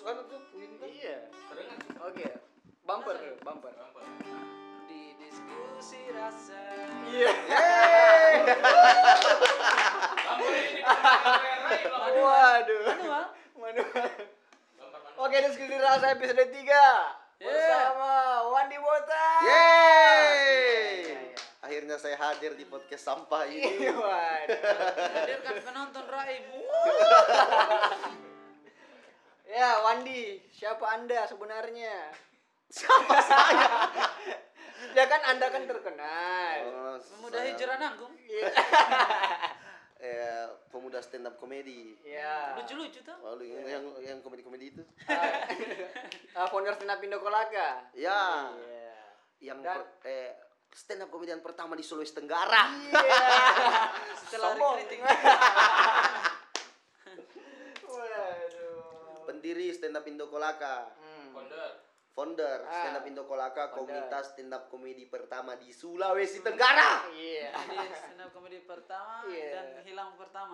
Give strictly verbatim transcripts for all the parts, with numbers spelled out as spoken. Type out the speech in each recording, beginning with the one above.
kan tuh Winter. Iya. Terdengar. Oke. Bumper, Masa? bumper. Bumper. Di diskusi rasa. Iya. Bumper ini dipakai Rai loh. Waduh. Manual. Manual. Bumper manual. Oke, diskusi rasa episode tiga. Yeah. Bersama Wandi Botak. Yeay. Akhirnya saya hadir di podcast sampah ini. Waduh. Hadirkan penonton Raib. Ya, Wandi, siapa Anda sebenarnya? Siapa saya? Ya kan Anda kan terkenal. Oh, Pemuda saya- hijrah nanggung. Iya. Eh, pemuda stand up komedi. Iya. Lucu-lucu tuh. Lalu yang yang, yang komedi-komedi itu. Ah, founder stand up Indo Kolaka. Ya, Iya. yang Dan- per- eh stand up komedian pertama di Sulawesi Tenggara. Iya. Setelah Sombong. recruiting. Waduh. Pendiri stand up Indo Kolaka. Hmm. Founder. Founder Ah. stand up Indo Kolaka, Founder. komunitas stand up komedi pertama di Sulawesi Tenggara. Iya. Jadi stand up komedi pertama Iya. dan hilang pertama.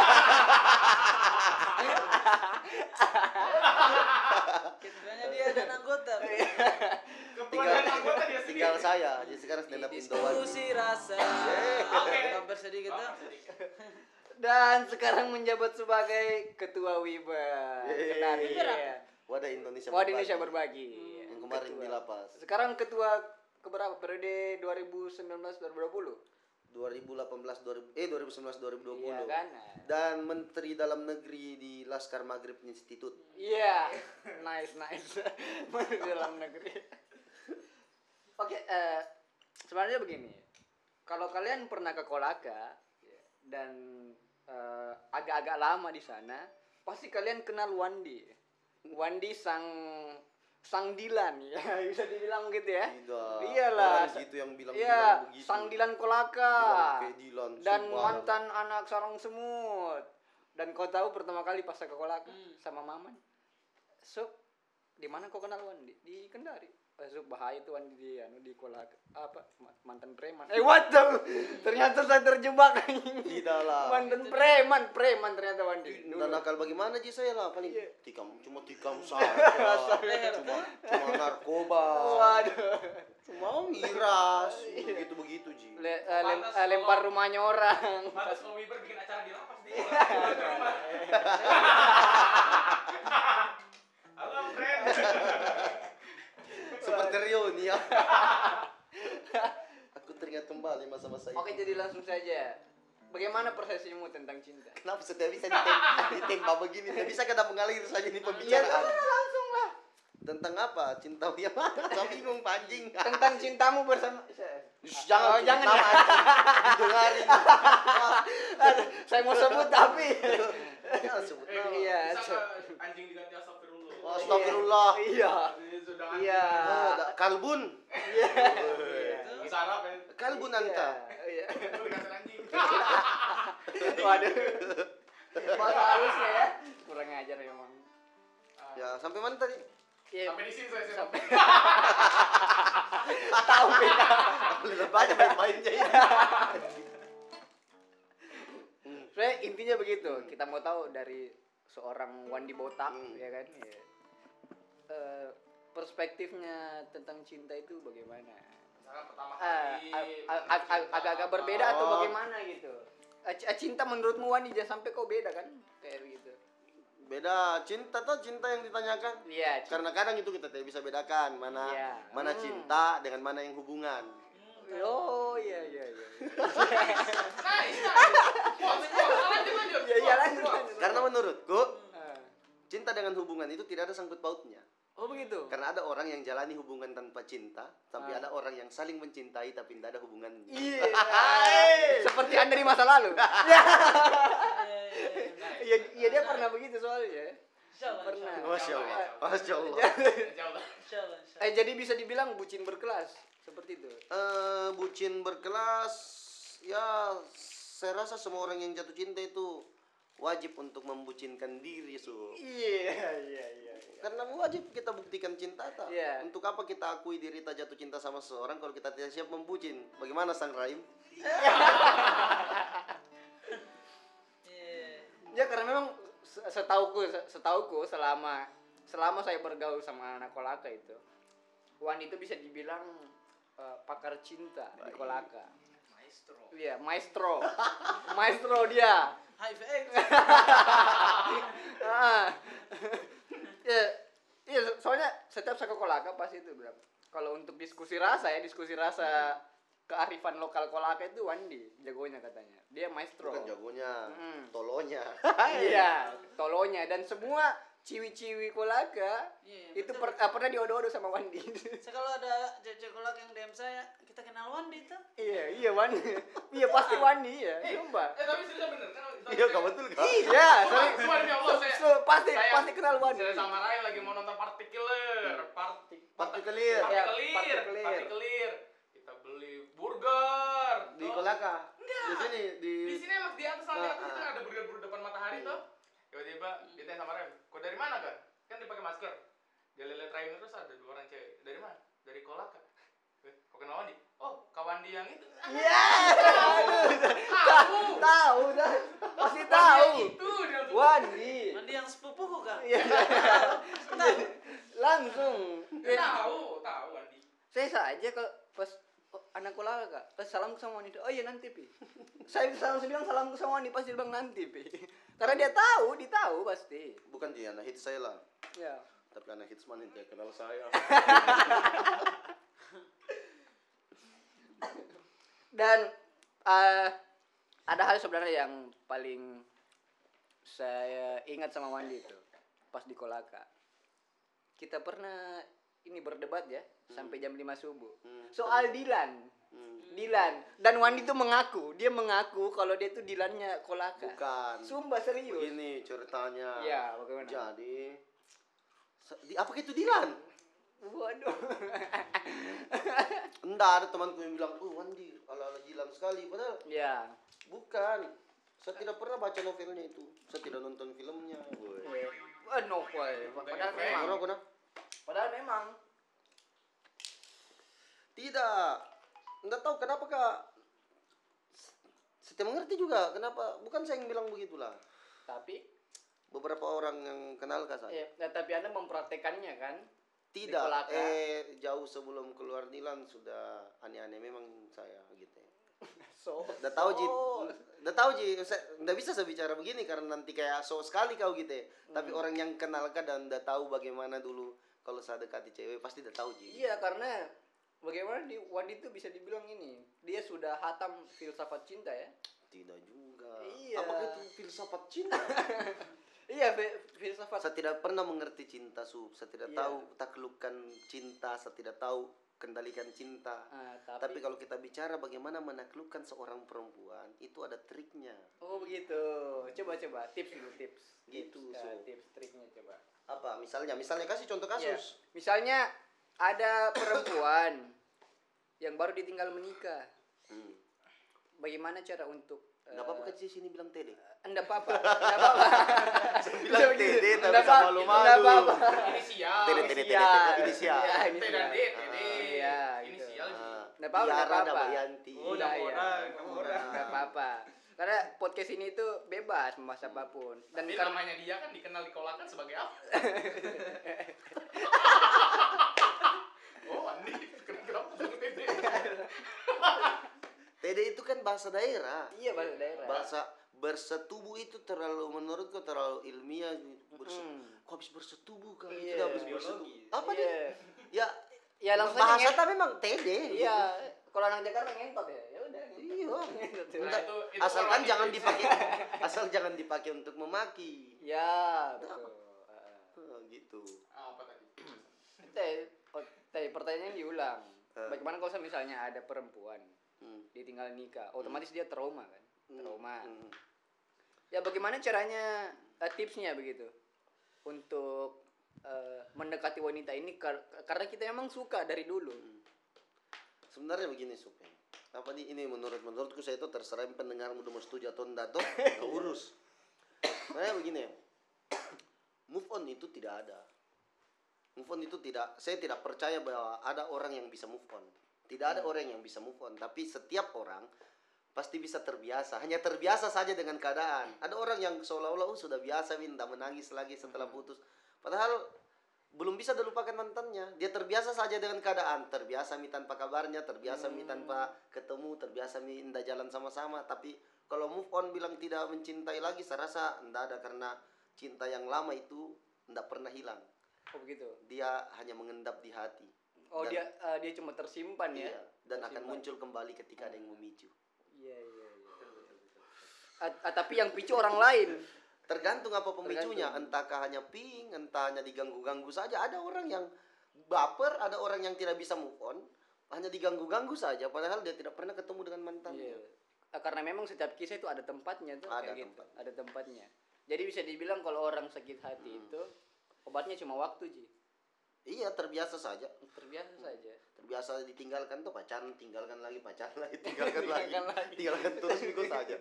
Ketuanya dia dan anggota. Tinggal, Ketua anggota dia sendiri. tinggal saya. Jadi sekarang stand up Di Indo Wandi. diskusi rasa. Oke. Kabar sedikit tuh. Dan sekarang menjabat sebagai ketua Wiba. Yeay. Kenari. Wiba apa? Iya. Wadah Indonesia. Wadah Indonesia berbagi. Yang kemarin Ketua. di lapas. Sekarang ketua keberapa? Periode dua ribu sembilan belas dua ribu dua puluh. dua ribu delapan belas dua ribu eh dua ribu sembilan belas dua ribu dua puluh. Iya kan? Dan Menteri Dalam Negeri di Laskar Maghrib Institute. Iya. Nice, nice. Menteri Dalam Negeri. Oke, eh, sebenarnya begini. Kalau kalian pernah ke Kolaka dan eh, agak-agak lama di sana, pasti kalian kenal Wandi. Wandi sang sang Dilan ya, bisa dibilang gitu ya. Tidak. Iyalah. Orang gitu yang bilang Iya, begitu. sang Dilan Kolaka. Bilang kayak Dilan, Dan sumpah. mantan anak sarang semut. Dan kau tahu pertama kali pas ke Kolaka Hmm. sama Maman. Sup, di mana kau kenal Wandi? Di Kendari. Eh, Sup, bahaya tuh Wandi di anu di Kolaka. Apa? Ma- Mantan preman. Eh, what the? Ternyata saya terjebak. Tidak lah. Mantan preman, preman ternyata Wandi. Dan nakal bagaimana Ji saya lah paling Iya. tikam cuma tikam saja. cuma cuma narkoba. Waduh. Cuma miras. Begitu begitu Ji. Le- eh, lem- Pantas eh, lempar kalau- rumahnya orang. Pantas kalau Wiber bikin acara di lapas dia. Halo, friend. Seperti reuni ya. Aku teringat kembali masa-masa itu. Oke, jadi langsung saja. Bagaimana persepsimu tentang cinta? Kenapa setiap bisa ditem- ditempa begini? Tidak bisa kita mengalir saja ini Iya, pembicaraan. langsung lah. Tentang apa? Cinta yang mana? Saya bingung panjing. Tentang cintamu bersama Shh, Jangan Oh, sebut jangan nama ya. anjing. Didengarin. Aduh, saya mau sebut tapi Jangan sebut Eh, nama. Iya, bisa so- nggak anjing diganti astagfirullah. Oh, Astagfirullah. Iya. Ini sudah Iya. Oh, da- kalbun. Iya. Bahasa Arab ya. Kalbun anta. Iya. Lu dikasih anjing. Waduh. Bahasa halusnya ya. Kurang ajar memang. Ya, sampai mana tadi? Iya. Sampai di sini saya sih. Sampai tahu beda. Boleh banyak main-mainnya ini. Sebenarnya intinya begitu. Kita mau tahu dari seorang Wandi Botak, Hmm. ya kan? Iya. Eh, perspektifnya tentang cinta itu bagaimana? Misalkan pertama Ah, kali. a- a- a- a- agak-agak berbeda atau Oh. bagaimana gitu? Eh, c- cinta menurutmu Wandi jangan sampai kau beda kan? Kayak begitu. Beda cinta tuh cinta yang ditanyakan. Iya. c- Karena kadang itu kita tidak bisa bedakan mana Iya. mana Hmm. cinta dengan mana yang hubungan. Oh iya iya iya. Nice, nice. Wah, wah, lanjut, lanjut. Iya iya Wah, lanjut. wah. lanjut. Karena menurutku Ah. cinta dengan hubungan itu tidak ada sangkut pautnya. Oh begitu. Karena ada orang yang jalani hubungan tanpa cinta, tapi Ah. ada orang yang saling mencintai tapi tidak ada hubungannya. Iya. Seperti Anda di masa lalu. Iya. Iya iya dia pernah begitu soalnya. Insyaallah. Pernah. Masya Allah, Masya Allah. Jauh lah. Insyaallah. Eh jadi bisa dibilang bucin berkelas seperti itu. Eh, bucin berkelas, ya saya rasa semua orang yang jatuh cinta itu wajib untuk membucinkan diri, Su. Iya iya iya. Karena wajib kita buktikan cinta tak? Iya. Untuk apa kita akui diri kita jatuh cinta sama seseorang kalau kita tidak siap membucin? Bagaimana Sang Raim? Iya. Ya karena memang se- setauku setauku selama selama saya bergaul sama anak Kolaka itu, Wan itu bisa dibilang uh, pakar cinta di Kolaka. Maestro. Iya, maestro. Maestro dia. High five. Ah. Ya, iya, soalnya setiap saya ke Kolaka pasti itu bilang. Kalau untuk diskusi rasa ya, diskusi rasa kearifan lokal Kolaka itu Wandi jagonya katanya. Dia maestro. Bukan jagonya, Hmm. tolonya. Iya, tolonya dan semua ciwi-ciwi Kolaka Iya, itu betul, per, betul. ah, pernah diodo-odo sama Wandi. Saya kalau ada cewek kolak yang D M saya, kita kenal Wandi itu. Iya, iya Wandi. Iya pasti Wandi ya. Sumpah. Eh tapi seriusnya bener kan? Iya, gak betul kan? Iya, Sumpah, sering- sumpah demi Allah saya. so, pasti saya- pasti kenal Wandi. Saya sama Ryan lagi mau nonton Partikelir. Parti Partikelir. Ya, Partikelir. Partikelir. Partikelir. Kita beli burger. Di Tuh. Kolaka. Di sini di Di sini emang di atas lantai Ah, atas itu ah. ada burger-burger depan matahari tuh. Tiba-tiba ditanya sama Ryan, "Kau dari mana, Kak?" Kan dia pakai masker. Dia lihat Ryan terus ada dua orang cewek. Dari mana? Dari Kolaka. "Eh, kau kenal Wandi?" "Oh, Kak Wandi yang itu." Iya. Tahu. Tahu dah. Pasti Wandi tahu. yang itu dia tuh. Wandi. Wandi yang sepupuku kan? Iya. Langsung. Dia tahu, tahu Wandi. Saya saja kalau pas oh, anak Kolaka, pas salam sama Wandi. Oh iya nanti pi. Saya bisa langsung bilang salam sama Wandi pasti dia bilang nanti pi. Karena dia tahu, dia tahu pasti. bukan dia anak hits saya lah. Ya. Tapi anak hits mana dia kenal saya. Dan eh, ada hal sebenarnya yang paling saya ingat sama Wandi itu pas di Kolaka. Kita pernah ini berdebat ya sampai jam lima subuh. Hmm. Soal Dilan. Hmm. Dilan dan Wandi tuh mengaku, dia mengaku kalau dia tuh Dilannya Kolaka. Bukan. Sumpah serius. Begini ceritanya. Iya, bagaimana? Jadi se- di apa itu Dilan? Waduh. Enggak, ada temanku yang bilang, "Oh, Wandi ala-ala Dilan sekali." Padahal Ya. bukan. Saya tidak pernah baca novelnya itu. Saya tidak nonton filmnya. Woi. Wah, novel. Padahal Novel. memang. Mana kuna? Padahal memang. Tidak. Enggak tahu kenapa Kak. Saya tidak mengerti juga kenapa. Bukan saya yang bilang begitulah. Tapi Beberapa orang yang kenal Kak saya. ya, ya, tapi Anda mempraktekannya kan? Di Tidak. Kolaka. Eh, jauh sebelum keluar Dilan sudah aneh-aneh memang saya gitu. So. Udah tahu Ji, Oh. udah tahu Ji, saya- nggak bisa saya bicara begini karena nanti kayak so sekali kau gitu. Ya. Tapi Hmm. orang yang kenal Kak dan udah tahu bagaimana dulu kalau saya dekati cewek pasti udah tahu Ji. Iya, karena bagaimana di Wandi itu bisa dibilang ini, dia sudah hatam filsafat cinta ya. Tidak juga. Iya. Apakah itu filsafat cinta? Iya, fi- filsafat. Saya tidak pernah mengerti cinta, Sub. Saya tidak Iya. tahu taklukkan cinta, saya tidak tahu kendalikan cinta. Ah, Tapi, tapi, kalau kita bicara bagaimana menaklukkan seorang perempuan, itu ada triknya. oh begitu. Coba coba tips dulu tips. Gitu, tips, so. eh, tips triknya coba. Apa? Misalnya, misalnya kasih contoh Iya. kasus. Misalnya ada perempuan yang baru ditinggal menikah. Hmm. Bagaimana cara untuk Nggak apa-apa kan di sini bilang Tede. Enggak apa-apa. Enggak apa-apa. Bilang Tede tapi Nggak sama apa- malu-malu. nggak apa-apa. Inisial. Tede, Tede, Tede, Inisial. Tede, inisial. Iya, T inisial. dan D, Tede. Iya, gitu. Inisial. Ji. Ah, Nggak apa-apa, nggak Tiara apa-apa. Damayanti. Udah Udah ya. orang, udah orang. Enggak apa-apa. Karena podcast ini tuh bebas membahas apapun. Dan Tapi karena namanya dia kan dikenal di Kolaka sebagai apa? Oh, Wandi. Kenapa jadi Tede? Tede itu kan bahasa daerah. iya bahasa daerah. Bahasa bersetubuh itu terlalu menurutku terlalu ilmiah. Berse- Hmm. Kok habis bersetubuh kan? Iya. Tidak habis Biologi. bersetubuh. Apa Iya. nih? Ya, Ya langsung aja bahasa ngen- tak memang Tede. Iya, kalau anak Jakarta ngentot ya. Ya udah. Iya. Ngentot ya. Nah, Enggak, itu- itu asalkan kalau jangan gitu. dipakai asal jangan dipakai untuk memaki. Ya, betul. Heeh. Oh, gitu. Ah, apa tadi? Teh, oh, teh pertanyaan diulang. Eh. Bagaimana kalau misalnya ada perempuan Hmm. ditinggal nikah, otomatis dia trauma kan? Trauma. Hmm. Ya bagaimana caranya eh, tipsnya begitu untuk eh, mendekati wanita ini kar- karena kita memang suka dari dulu. Sebenarnya begini Supen. Apa nih ini menurut menurutku saya itu terserah pendengar udah mau setuju atau enggak tuh nggak urus. Nah begini, move on itu tidak ada. Move on itu tidak, saya tidak percaya bahwa ada orang yang bisa move on. Tidak ada orang yang bisa move on, tapi setiap orang pasti bisa terbiasa. Hanya terbiasa saja dengan keadaan. Ada orang yang seolah-olah oh, sudah biasa minta menangis lagi setelah putus. Padahal belum bisa dilupakan mantannya. Dia terbiasa saja dengan keadaan, terbiasa mi tanpa kabarnya, terbiasa mi tanpa ketemu, terbiasa mi indah jalan sama-sama. Tapi kalau move on bilang tidak mencintai lagi, saya rasa tidak ada, karena cinta yang lama itu tidak pernah hilang. Oh begitu. Dia hanya mengendap di hati. Oh Dan- dia eh, dia cuma tersimpan ya. Iya, dan akan Tersimpan. muncul kembali ketika ada yang memicu. Iya iya iya. Ah, ah, tapi yang picu orang lain. Tergantung apa pemicunya, Tergantung. entahkah hanya ping, entah hanya diganggu-ganggu saja. Ada orang yang baper, ada orang yang tidak bisa move on, hanya diganggu-ganggu saja, padahal dia tidak pernah ketemu dengan mantannya. Iya. Ah, karena memang setiap kisah itu ada tempatnya tuh. Ada kayak gitu. tempat. Ada tempatnya. Jadi bisa dibilang kalau orang sakit hati Hmm. itu obatnya cuma waktu Ji. Iya, terbiasa saja. Terbiasa saja. Terbiasa ditinggalkan tuh pacaran, tinggalkan lagi, pacaran lagi, tinggalkan lagi, Tinggalkan lagi. tinggalkan terus begitu saja.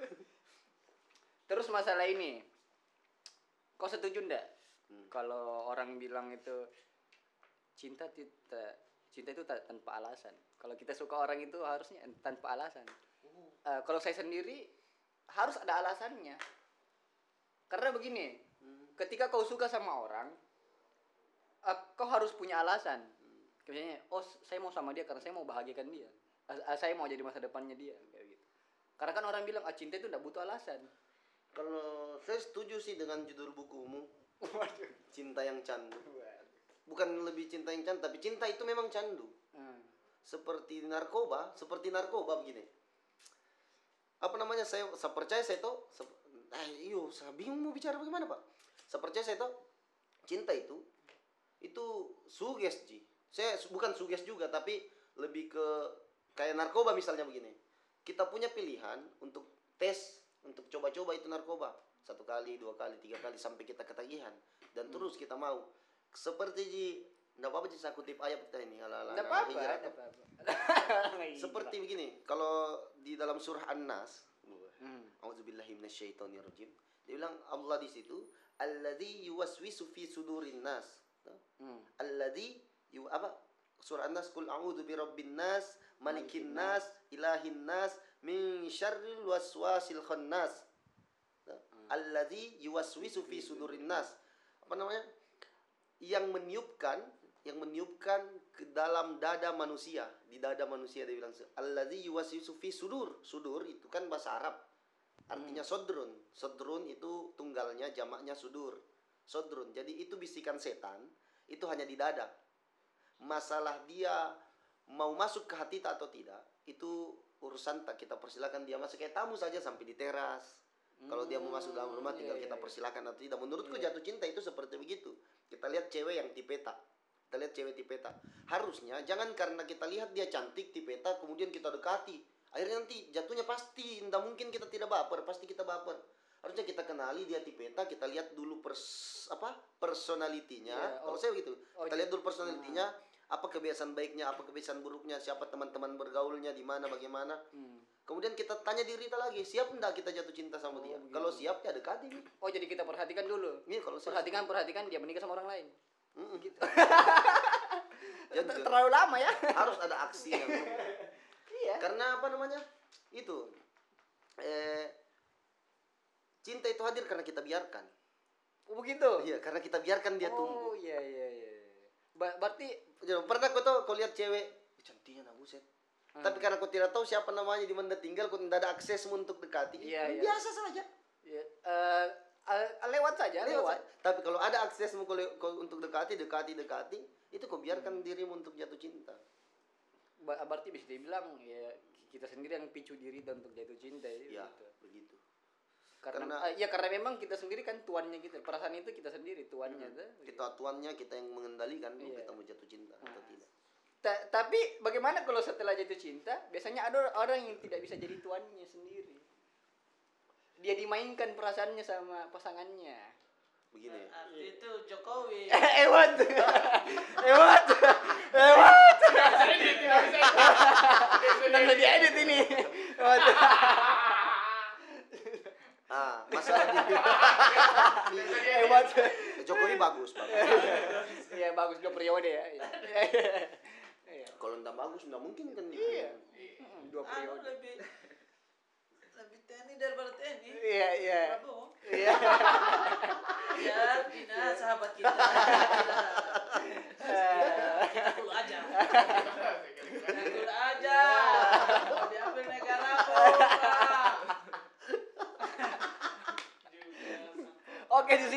Terus masalah ini, kau setuju ndak? Hmm. Kalau orang bilang itu cinta tidak, cinta itu tak- tanpa alasan. Kalau kita suka orang itu harusnya tanpa alasan. Eh, kalau saya sendiri harus ada alasannya. Karena begini, ketika kau suka sama orang, eh, kau harus punya alasan. Misalnya, oh saya mau sama dia karena saya mau bahagiakan dia. Ah, ah, saya mau jadi masa depannya dia, kayak gitu. Karena kan orang bilang ah cinta itu tidak butuh alasan. Kalau saya setuju sih dengan judul bukumu, Waduh. Cinta yang Candu. Bukan lebih cinta yang candu, tapi cinta itu memang candu. Hmm. Seperti narkoba, seperti narkoba begini. Apa namanya, saya, saya percaya saya tahu, se- eh, iyo, saya bingung mau bicara bagaimana Pak. Saya percaya saya tahu, cinta itu, itu suges Ji. Saya su- bukan suges juga, tapi lebih ke kayak narkoba misalnya begini. Kita punya pilihan untuk tes, untuk coba-coba itu narkoba. Satu kali, dua kali, tiga kali, sampai kita ketagihan. Dan terus kita mau. Seperti Ji, enggak apa-apa Ji, saya kutip ayat kita ini. Ala-ala Tidak anak apa-apa, hijrah. tidak apa-apa. Seperti begini, kalau di dalam surah An-Nas, Hmm. Auzubillahi minasyaitonirrajim. Dia bilang Allah di situ, alladzi yuwaswisu fi sudurin nas. Hmm. Alladzi yu apa? Surah An-Nas, qul a'udzu birabbin nas, malikin nas, ilahin nas, min syarril waswasil khannas. Alladzi yuwaswisu fi sudurin nas. Apa namanya? Yang meniupkan, yang meniupkan ke dalam dada manusia, di dada manusia dia bilang allazi yuwaswisu fi sudur. Sudur itu kan bahasa Arab. Artinya sodrun. Sodrun itu tunggalnya, jamaknya sudur. Sodrun. Jadi itu bisikan setan, itu hanya di dada. Masalah dia mau masuk ke hati tak atau tidak, itu urusan tak, kita persilakan dia masuk kayak tamu saja sampai di teras. Kalau dia mau masuk dalam rumah, tinggal iya, kita iya. persilakan atau tidak. Menurutku jatuh cinta itu seperti begitu. Kita lihat cewek yang tipeta. Kita lihat cewek tipeta. Harusnya jangan karena kita lihat dia cantik tipeta kemudian kita dekati. Akhirnya nanti jatuhnya pasti, tidak mungkin kita tidak baper, pasti kita baper. Harusnya kita kenali dia tipeta, kita lihat dulu pers apa personalitinya. Iya, Kalau oh. saya begitu, Oh, kita jadi- lihat dulu personalitinya, apa kebiasaan baiknya, apa kebiasaan buruknya, siapa teman-teman bergaulnya, di mana, bagaimana. Hmm. Kemudian kita tanya diri kita lagi, siap enggak kita jatuh cinta sama dia? begitu. Kalau siap ya dekati nih. Oh jadi kita perhatikan dulu. Ini kalau saya Perhatikan, perhatikan dia menikah sama orang lain. Mm-mm. Gitu. Jadi Ter- Terlalu lama ya. harus ada aksi yang Iya. karena apa namanya itu eh cinta itu hadir karena kita biarkan. Oh begitu. Iya, karena kita biarkan dia tumbuh. Oh iya iya iya. Ba- berarti Jadi, pernah kau tahu kau lihat cewek, "Ih, cantiknya nah buset." Hmm. Tapi karena kau tidak tahu siapa namanya, di mana tinggal, kau tidak ada akses untuk dekati. Iya, iya. Biasa saja. ya, eh, eh, lewat saja, Lewat. lewat. Tapi kalau ada aksesmu kau, le- kau untuk dekati, dekati, dekati, itu kau biarkan Hmm. dirimu untuk jatuh cinta. Ba- berarti bisa dibilang ya kita sendiri yang picu diri dan untuk jatuh cinta ya. Iya, gitu. begitu. Karena, Karena- eh, ya karena memang kita sendiri kan tuannya gitu. Perasaan itu kita sendiri tuannya tuh. Kita tuannya, kita yang mengendalikan Iya. kita mau jatuh cinta atau Nah. tidak. Ta- tapi bagaimana kalau setelah jatuh cinta, biasanya ada orang yang tidak bisa jadi tuannya sendiri. Dia dimainkan perasaannya sama pasangannya. Begini. Arti itu Jokowi. Ewat. Ewat. Ewat. Edit, ya, bisa. Nanti diedit ini. Ewat. Ah, masalah di Ewat. Jokowi bagus, bagus. Iya bagus dua periode ya. Iya. Kalau ndak bagus, ndak mungkin kan dia. Iya. Hmm, Dua Anu periode. lebih lebih T N I daripada T N I. Iya iya. Prabowo. Iya. Ya, Dina sahabat kita. Tidak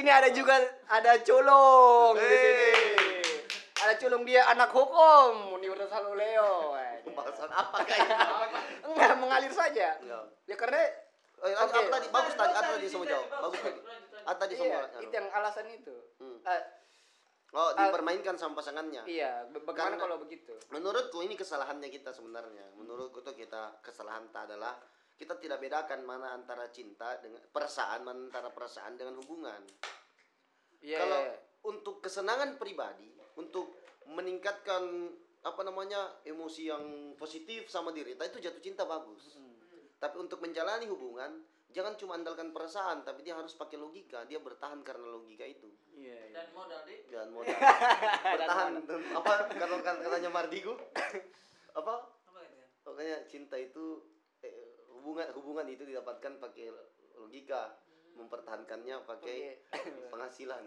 sini ada juga ada culung di sini. Ada culung dia anak hukum Universitas Leo. Pembahasan apa kayaknya? Enggak mengalir saja. Enggak. Ya karena Eh, Oke. apa tadi? Bagus tadi, apa tadi semua jawab? Bagus tadi. Ah tadi semua. iya, itu yang alasan itu. Hmm. Eh, Oh, dipermainkan sama pasangannya. iya, be- bagaimana Karena- kalau begitu? Menurutku ini kesalahannya kita sebenarnya. Menurutku tuh kita kesalahan tak adalah kita tidak bedakan mana antara cinta dengan perasaan, mana antara perasaan dengan hubungan. Iya. Kalau iya. untuk kesenangan pribadi, untuk meningkatkan apa namanya emosi yang positif sama diri, itu jatuh cinta bagus. Hmm. Tapi untuk menjalani hubungan, jangan cuma andalkan perasaan, tapi dia harus pakai logika. Dia bertahan karena logika itu. Iya, iya. Dan modal di Jangan modal. Bertahan dan- apa kalau katanya Mardigo? Apa? apa itu ya? Pokoknya cinta itu eh, hubungan hubungan itu didapatkan pakai logika, mempertahankannya pakai penghasilan,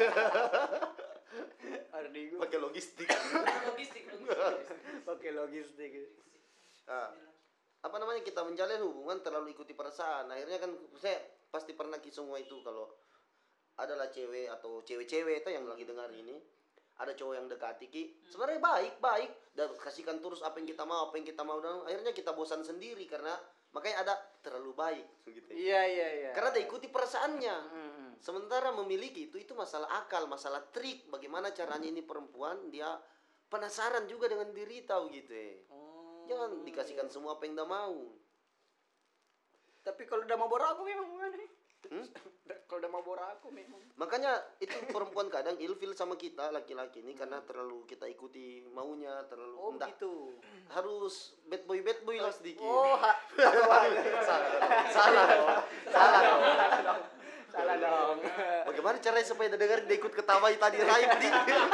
Ardigo pakai logistik. Logistik, logistik. pakai logistik. Nah, apa namanya kita menjalin hubungan terlalu ikuti perasaan. Akhirnya kan saya pasti pernah kisah semua itu kalau adalah cewek atau cewek-cewek itu yang lagi dengar ini. Ada cowok yang dekati ki, sebenarnya baik baik dan kasihkan terus apa yang kita mau apa yang kita mau dan akhirnya kita bosan sendiri karena makanya ada terlalu baik gitu. Iya, iya, iya. Karena dia ikuti perasaannya. Mm-mm. Sementara memiliki itu itu masalah akal, masalah trik bagaimana caranya ini perempuan dia penasaran juga dengan diri tahu gitu ya. Oh, Jangan dikasihkan semua apa yang dia mau. Tapi kalau udah mau borak aku memang gimana? Hmm? Kalau udah mau borak aku memang. Makanya itu perempuan kadang ilfil sama kita laki-laki ini karena terlalu kita ikuti maunya, terlalu Oh, enggak, begitu. harus bad boy bad boy lah sedikit. Oh, ha- salah dong. Salah dong. Salah dong. salah dong. Bagaimana caranya supaya dia dengar dia ikut ketawa tadi live di.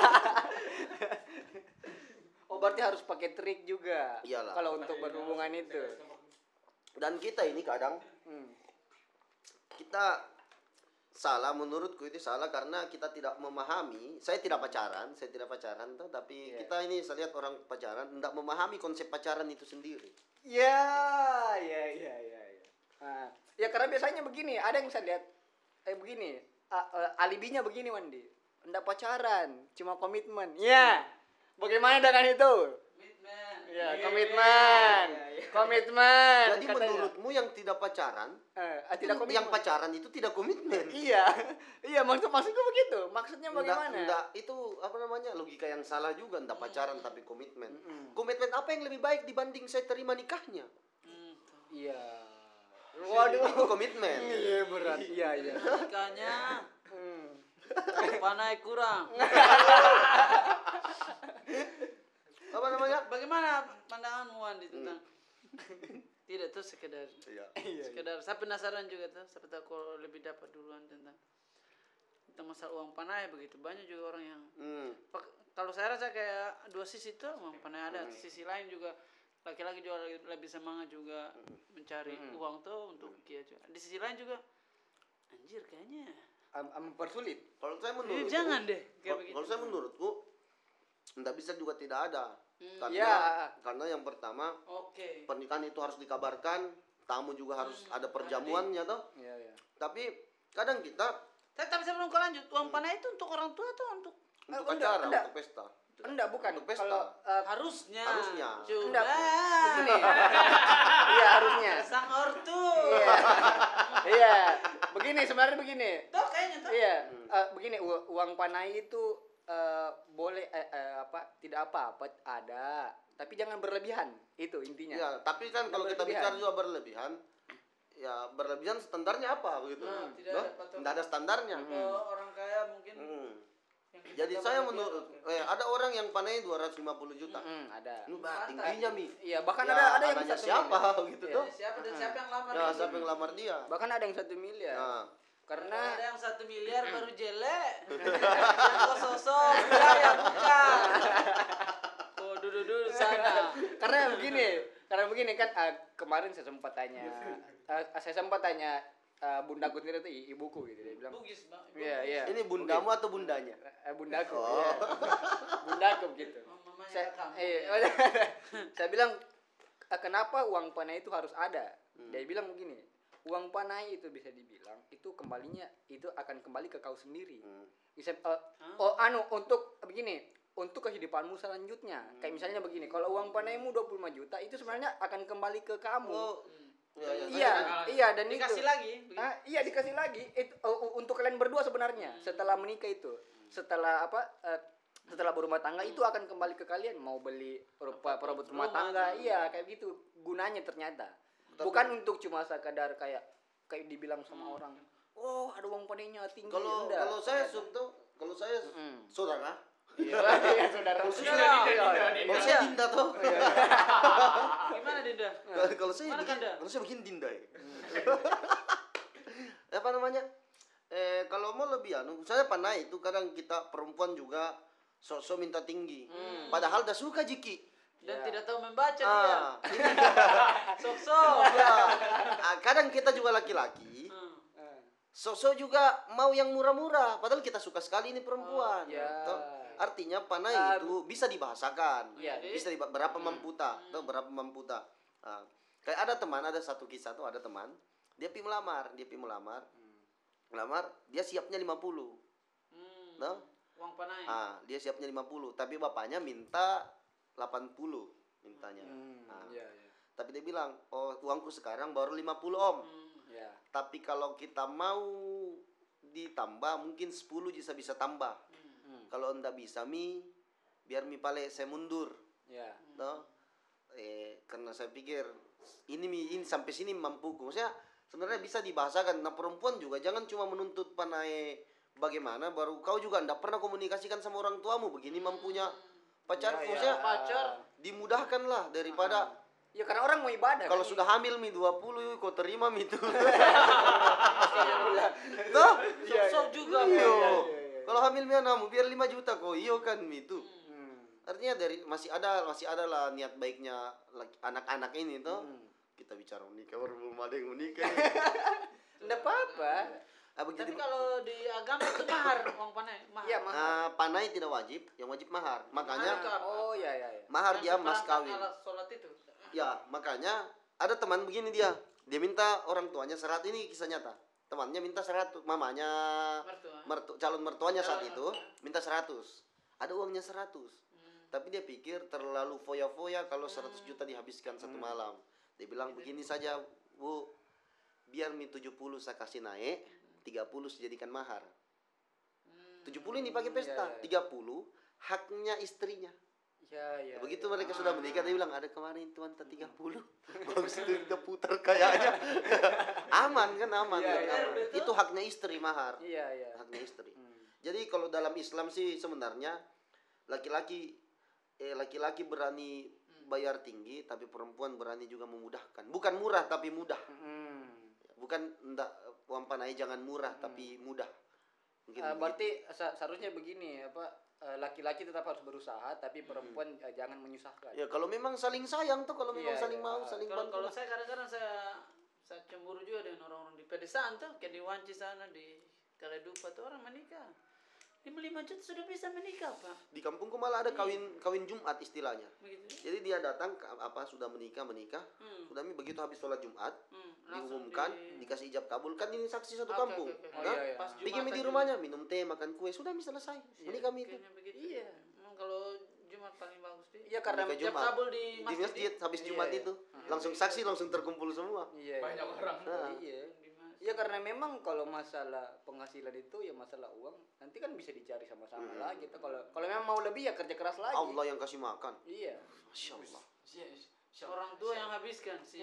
Oh, berarti harus pakai trik juga. Iyalah. Kalau untuk berhubungan itu. Dan kita ini kadang Hmm. kita salah menurutku itu salah karena kita tidak memahami. Saya tidak pacaran, saya tidak pacaran tuh, tapi Iya. kita ini saya lihat orang pacaran tidak memahami konsep pacaran itu sendiri. Ya, ya, ya, ya, ya. Nah, ya karena biasanya begini, ada yang saya lihat eh begini, a- a- alibinya begini Wandi. Enggak pacaran, cuma komitmen. Ya. Bagaimana dengan itu? Komitmen. Ya, komitmen. Komitmen. Jadi katanya. menurutmu yang tidak pacaran, Eh, ah, tidak komitmen. yang pacaran itu tidak komitmen. Iya. Iya, maksud maksudku begitu. Maksudnya Enggak, bagaimana? enggak, itu apa namanya logika yang salah juga, enggak pacaran tapi komitmen. Mm-mm. Komitmen apa yang lebih baik dibanding saya terima nikahnya? Hmm, tuh. Iya. Waduh. Itu komitmen. Iya berat. Iya, iya. Nikahnya Hmm. panai kurang. Apa namanya? Bagaimana pandanganmu Wandi tentang tidak tuh sekedar Iya. sekedar saya penasaran juga tuh siapa tahu kalau lebih dapat duluan tentang tentang masalah uang panai begitu banyak juga orang yang Hmm. Pak- kalau saya rasa kayak dua sisi tuh uang panai ada sisi lain juga laki-laki juga lebih, lebih semangat juga mencari uang tuh untuk dia juga di sisi lain juga anjir kayaknya Am- am- mempersulit. Kalau saya eh, menurutku, jangan deh kayak kalau begitu kalau saya menurutku enggak bisa juga tidak ada. Hmm. Karena Ya. karena yang pertama oke pernikahan itu harus dikabarkan, tamu juga harus ada perjamuannya toh. Iya, iya. Tapi kadang kita tapi, tapi sebelum kau lanjut uang panai itu untuk orang tua atau untuk untuk enggak, acara, enggak. untuk pesta. Enggak, bukan. Untuk pesta. Kalau eh, harusnya Harusnya. cuma enggak begini. Iya, harusnya. sang ortu Iya. Iya. Begini sebenarnya begini. tuh kayaknya tuh Iya, eh, begini u- uang panai itu eh, boleh eh, eh, apa tidak apa-apa ada, tapi jangan berlebihan. Itu intinya. Ya, tapi kan kalau kita Berlebihan. bicara juga berlebihan, ya berlebihan standarnya apa begitu? Hmm, tidak Loh? ada patokan. Nggak ada standarnya. kalau orang kaya mungkin Hmm. yang kita Jadi dapat saya lebih, menurut oke. eh, ada orang yang panai dua ratus lima puluh juta. Mm, ada. Ini Pantas. tingginya mi. Iya, bahkan Ya, ada ada yang anaknya satu siapa miliar. gitu Iya. tuh? siapa dan siapa yang lamar Ya, itu? siapa yang lamar dia? Bahkan ada yang satu miliar. Nah, Karena ada yang satu miliar baru jelek yang kau sosok dia yang bukan oh duduk duduk sana karena begini, karena begini kan eh, kemarin saya sempat tanya, eh, saya sempat tanya eh, bundaku sendiri tuh i- ibuku gitu dia bilang. bugis bang Iya, iya. ini bundamu atau bundanya? Eh, bundaku. Oh. Iya. Bundaku gitu. Oh, mamanya Saya, kamu iya, ya. saya bilang "Eh, kenapa uang panai itu harus ada? Dia bilang begini, uang panai itu bisa dibilang itu kembalinya itu akan kembali ke kau sendiri. Hmm. Bisa eh, oh anu untuk begini, untuk kehidupanmu selanjutnya. Kayak misalnya begini, kalau uang panaimu dua puluh lima juta itu sebenarnya akan kembali ke kamu. Oh, ya, ya, Iya, saya- iya dan Dikasih itu. lagi. begitu. Ah, iya dikasih lagi itu uh, untuk kalian berdua sebenarnya setelah menikah itu. Setelah apa eh, setelah berumah tangga itu akan kembali ke kalian mau beli rupa perabot rumah Rumah, tangga. Iya, kayak gitu gunanya ternyata. Bukan untuk cuma sekadar kayak kayak dibilang sama orang, "Oh, ada uang panainya tinggi." Kalau Enggak, kalau saya ternyata. sudah kalau saya Mm. saudara, Iya, iya, saudara. Kalau Iya, saya- iya, iya. kalau saya Dinda toh. Gimana Dinda? Kalau saya Mana begini, Kanda? kalau saya begini Dinda ya. Apa namanya? Eh kalau mau lebih anu, saya panai itu kadang kita perempuan juga sok-sok minta tinggi. Padahal dah suka jiki. Dan Ya. tidak tahu membaca dia. Ah, Sok-sok. ya. Ah, kadang kita juga laki-laki Hmm. Ah. sok-sok juga mau yang murah-murah, padahal kita suka sekali ini perempuan. ya. Toh, artinya panai Ah, itu bisa dibahasakan, Iya. bisa di berapa mampu tak, toh berapa mampu tak. Ah, kayak ada teman, ada satu kisah tuh ada teman, dia pi melamar, dia pi melamar, melamar, dia siapnya lima puluh, Hmm. toh, Uang panai. ah dia siapnya lima puluh, tapi bapaknya minta delapan puluh mintanya. Hmm, Ah, iya, iya. tapi dia bilang, oh uangku sekarang baru lima puluh om. Hmm. Iya. Tapi kalau kita mau ditambah mungkin sepuluh bisa bisa tambah. Hmm. Kalau ndak bisa mi biar mi pale saya mundur, Iya. toh. Eh karena saya pikir ini mi ini sampai sini mampuku. Maksudnya sebenarnya bisa dibahasakan. Nah, perempuan juga jangan cuma menuntut panai bagaimana baru kau juga ndak pernah komunikasikan sama orang tuamu begini mampunya pacar. Ya, ya. Maksudnya Pacar. dimudahkanlah daripada Ya karena orang mau ibadah. kalau kan? sudah hamil mi dua puluh kau terima mi itu. Iya. Toh? Sok-sok juga. Iyo. iya, iya, iya. Kalau hamil mi anakmu biar lima juta kok. Iyo kan mi itu. Hmm. Artinya dari masih ada masih ada lah niat baiknya laki- anak-anak ini toh. Hmm. Kita bicara menikah baru belum ada yang menikah. Enggak apa-apa. Ah, Tapi begitu. kalau di agama itu mahar uang panai. Mahar. Iya, mahar. Ah, panai tidak wajib, yang wajib mahar. Makanya Mahar. Oh, iya iya iya. mahar Yang dia mas seperangkat kawin. alat sholat itu. Ya, makanya ada teman begini dia. Dia minta orang tuanya seratus, ini kisah nyata. Temannya minta seratus, mamanya Mertua. mertu, calon mertuanya saat Calon itu mertua. minta seratus. Ada uangnya seratus. Hmm. Tapi dia pikir terlalu foya-foya kalau seratus juta dihabiskan satu malam. Dia bilang begini saja, Bu. Biar mi tujuh puluh saya kasih naik, tiga puluh saya jadikan mahar. Hmm. tujuh puluh ini pakai pesta, iya, iya. tiga puluh haknya istrinya. Iya iya. Begitu iya. mereka sudah menikah dia bilang ada kemarin tuan tiga puluh. Bagus itu kita putar kayaknya. Aman kan aman, Iya, kan, iya, aman. betul. Itu haknya istri mahar. Iya iya. Haknya istri. Hmm. Jadi kalau dalam Islam sih sebenarnya laki-laki eh laki-laki berani bayar tinggi tapi perempuan berani juga memudahkan. Bukan murah tapi mudah. Hmm. Bukan enggak uang panai jangan murah tapi mudah. Mungkin Eh, begitu. berarti se- seharusnya begini apa eh, laki-laki tetap harus berusaha tapi perempuan eh, jangan menyusahkan. ya kalau memang saling sayang tuh kalau memang Iya, saling iya. mau Ah, saling Kalau bantu. kalau saya kadang-kadang saya saya cemburu juga dengan orang-orang di pedesaan tuh kayak di Wanci sana di Kaledupa tuh orang menikah lima puluh lima juta sudah bisa menikah Pak. Di kampungku malah ada kawin kawin Jumat istilahnya. Begitu. Jadi dia datang ke- apa sudah menikah menikah, Hmm. sudah mi begitu habis sholat Jumat Hmm. Langsung diumumkan di- dikasih ijab kabul kan ini saksi satu Oke, kampung. oke, oke. Oh, Kan? iya, iya. Pas Bikin mi Jumatan di juga. rumahnya minum teh makan kue sudah mi selesai menikah mi itu. Kayaknya begitu. Iya. Emang kalau Jumat paling bagus deh. Iya karena Menikah Tiap Jumat. kabul di Di masjid. masjid habis Iya, Jumat iya. itu langsung saksi langsung terkumpul semua. iya. Banyak iya. orang. Nah. Iya. Di masjid. Iya karena memang kalau masalah penghasilan itu ya masalah uang nanti kan bisa dicari sama-sama Hmm. lagi. Tuh kalau kalau memang mau lebih ya kerja keras lagi. Allah yang kasih makan. Iya. Masya Allah. Orang tua yang habiskan sih.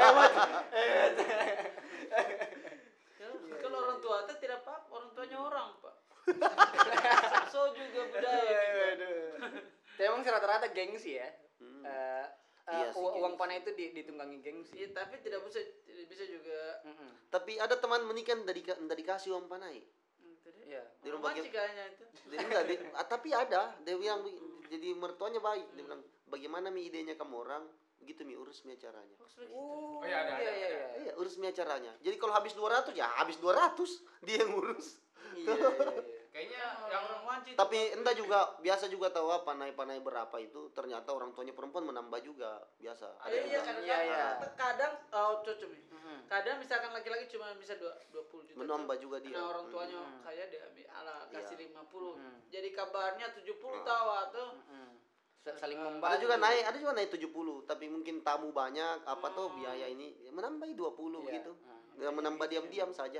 Kalau- Kalau orang tua itu tidak apa, orang tuanya orang pak. So juga budaya. gitu. Tapi emang sih rata-rata gengsi ya. Hmm. Eh, eh, Iya sih, uang, uang gengsi. panai itu di- ditunggangi gengsi. Iya, tapi tidak bisa tidak bisa juga. Mm-mm. Tapi ada teman menikah dari dari dikasih uang panai. Hmm, itu dia. Iya. Di rumah Romantis kayaknya itu. Jadi enggak, di- ah, tapi ada dia bilang jadi mertuanya baik. Dia bilang bagaimana mi idenya kamu orang begitu mi urus mi acaranya. Bagus begitu. Oh, Oh, iya, ada, iya ada, iya ada. iya. Iya, urus mi acaranya. Jadi kalau habis dua ratus ya habis dua ratus dia yang urus. Iya, iya, iya. kayaknya Orang yang orang wanci itu Tapi entah juga biasa juga tahu apa panai-panai berapa itu ternyata orang tuanya perempuan menambah juga biasa. Ada Iya, iya, juga. kadang Iya, iya. kadang oh cocok nih. Mm-mm. Kadang misalkan laki-laki cuma bisa dua dua puluh juta. Menambah tuh, juga dia. Karena orang tuanya Mm. kaya dia ambil ala kasih Iya. lima puluh. Mm. Jadi kabarnya tujuh puluh Ah. tahu atau Mm-mm. Sa- saling Ada membantu. Ada juga naik, ada juga naik tujuh puluh, tapi mungkin tamu banyak, apa tuh Hmm. biaya ini ya menambah dua puluh Iya. gitu. Ah. Ya menambah diam-diam saja.